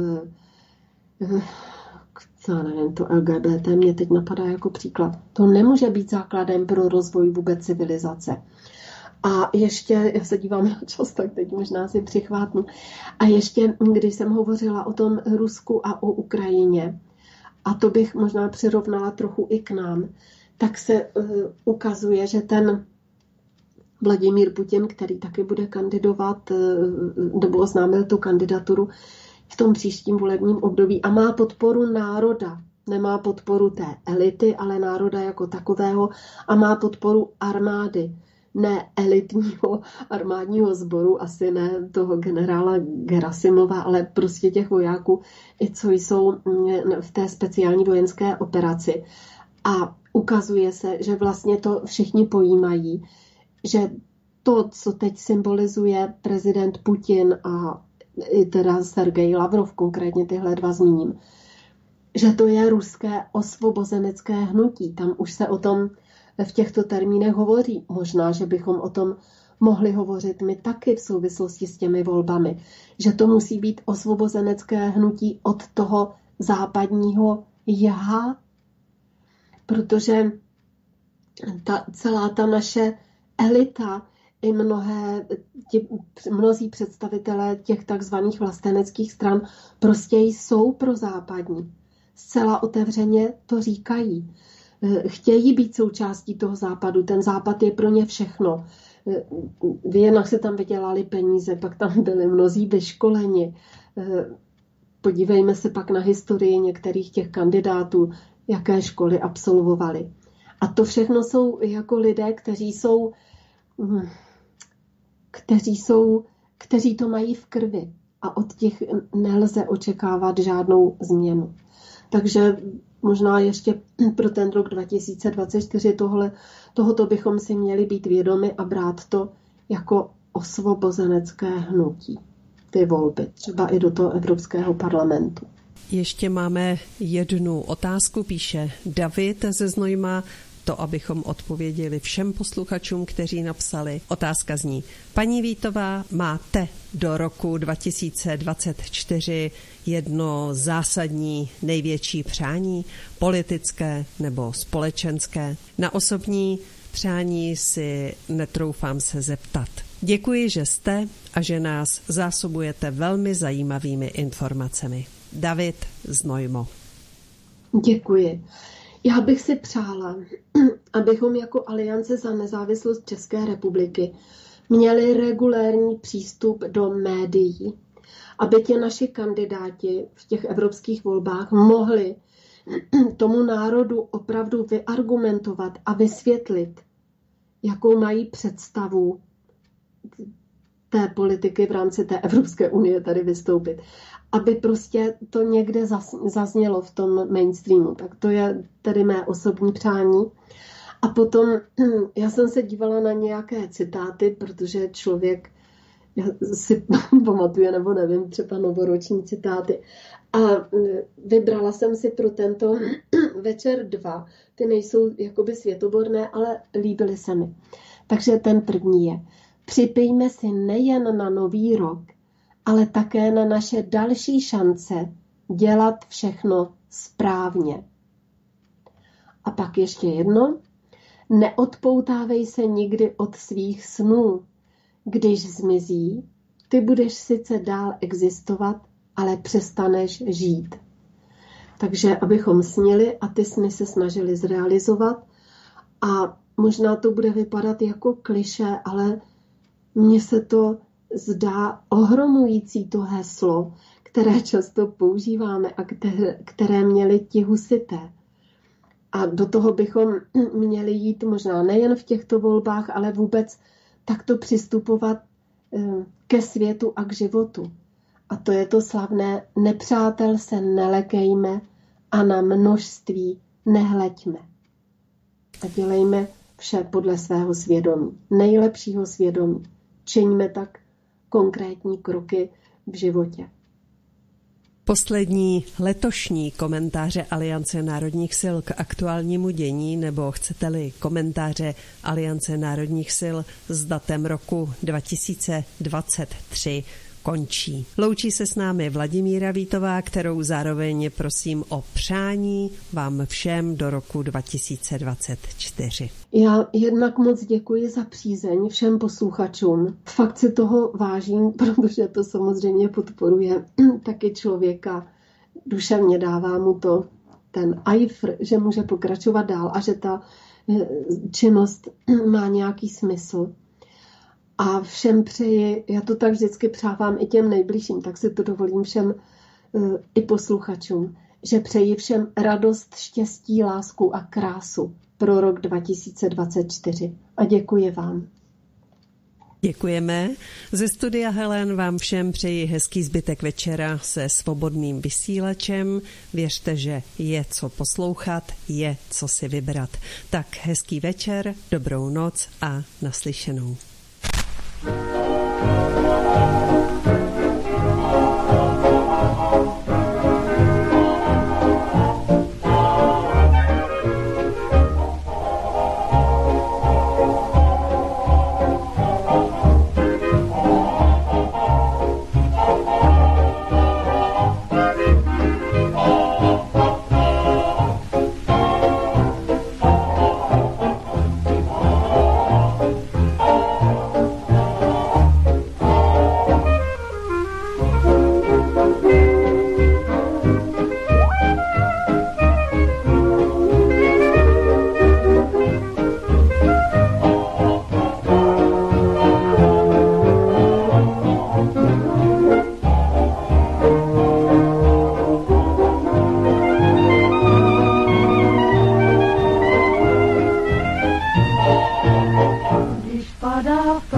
já nevím, to L G B T mě teď napadá jako příklad. To nemůže být základem pro rozvoj vůbec civilizace. A ještě, já se dívám na čas, tak teď možná si přichvátnu. A ještě, když jsem hovořila o tom Rusku a o Ukrajině, a to bych možná přirovnala trochu i k nám, tak se uh, ukazuje, že ten Vladimír Putin, který taky bude kandidovat, uh, nebo oznámil tu kandidaturu v tom příštím volebním období a má podporu národa. Nemá podporu té elity, ale národa jako takového a má podporu armády. Ne elitního armádního sboru, asi ne toho generála Gerasimova, ale prostě těch vojáků, co jsou v té speciální vojenské operaci. A ukazuje se, že vlastně to všichni pojímají, že to, co teď symbolizuje prezident Putin a i teda Sergej Lavrov, konkrétně tyhle dva zmíním, že to je ruské osvobozenecké hnutí. Tam už se o tom v těchto termínech hovoří. Možná, že bychom o tom mohli hovořit my taky v souvislosti s těmi volbami. Že to musí být osvobozenecké hnutí od toho západního já, protože ta, celá ta naše elita i mnohé, ti, mnozí představitelé těch takzvaných vlasteneckých stran prostě jsou pro západní. Zcela otevřeně to říkají. chtějí být součástí toho západu. Ten západ je pro ně všechno. Vy jednak se tam vydělali peníze, pak tam byli mnozí vyškoleni. Podívejme se pak na historii některých těch kandidátů, jaké školy absolvovali. A to všechno jsou jako lidé, kteří jsou, kteří jsou, kteří to mají v krvi. A od těch nelze očekávat žádnou změnu. Takže možná ještě pro ten rok dva tisíce dvacet čtyři tohle, tohoto bychom si měli být vědomi a brát to jako osvobozenecké hnutí. Ty volby, třeba i do toho Evropského parlamentu. Ještě máme jednu otázku, píše David ze Znojma. To, abychom odpověděli všem posluchačům, kteří napsali. Otázka zní: Paní Vítová, máte do roku dva tisíce dvacet čtyři jedno zásadní největší přání, politické nebo společenské? Na osobní přání si netroufám se zeptat. Děkuji, že jste a že nás zásobujete velmi zajímavými informacemi. David Znojmo. Děkuji. Já bych si přála, abychom jako Aliance za nezávislost České republiky měli regulérní přístup do médií, aby ti naši kandidáti v těch evropských volbách mohli tomu národu opravdu vyargumentovat a vysvětlit, jakou mají představu té politiky v rámci té Evropské unie tady vystoupit. Aby prostě to někde zaznělo v tom mainstreamu. Tak to je tedy mé osobní přání. A potom já jsem se dívala na nějaké citáty, protože člověk si pamatuje, nebo nevím, třeba novoroční citáty. A vybrala jsem si pro tento večer dva. Ty nejsou jakoby světoborné, ale líbily se mi. Takže ten první je: připijme si nejen na nový rok, ale také na naše další šance dělat všechno správně. A pak ještě jedno: neodpoutávej se nikdy od svých snů. Když zmizí, ty budeš sice dál existovat, ale přestaneš žít. Takže abychom snili a ty sny se snažili zrealizovat. A možná to bude vypadat jako klišé, ale mně se to zdá ohromující to heslo, které často používáme a které, které měli ti husité. A do toho bychom měli jít možná nejen v těchto volbách, ale vůbec takto přistupovat ke světu a k životu. A to je to slavné: nepřátel se nelekejme a na množství nehleďme. A dělejme vše podle svého svědomí, nejlepšího svědomí. Čiňme tak konkrétní kroky v životě. Poslední letošní komentáře Aliance národních sil k aktuálnímu dění, nebo chcete-li komentáře Aliance národních sil s datem roku dva tisíce dvacet tři, končí. Loučí se s námi Vladimíra Vítová, kterou zároveň prosím o přání vám všem do roku dva tisíce dvacet čtyři. Já jednak moc děkuji za přízeň všem posluchačům. Fakt si toho vážím, protože to samozřejmě podporuje taky člověka. Duševně dává mu to ten ajfr, že může pokračovat dál a že ta činnost má nějaký smysl. A všem přeji, já to tak vždycky přávám i těm nejbližším, tak si to dovolím všem i posluchačům, že přeji všem radost, štěstí, lásku a krásu pro rok dva tisíce dvacet čtyři. A děkuji vám. Děkujeme. Ze studia Helen vám všem přeji hezký zbytek večera se svobodným vysílačem. Věřte, že je co poslouchat, je co si vybrat. Tak hezký večer, dobrou noc a naslyšenou. nadávka.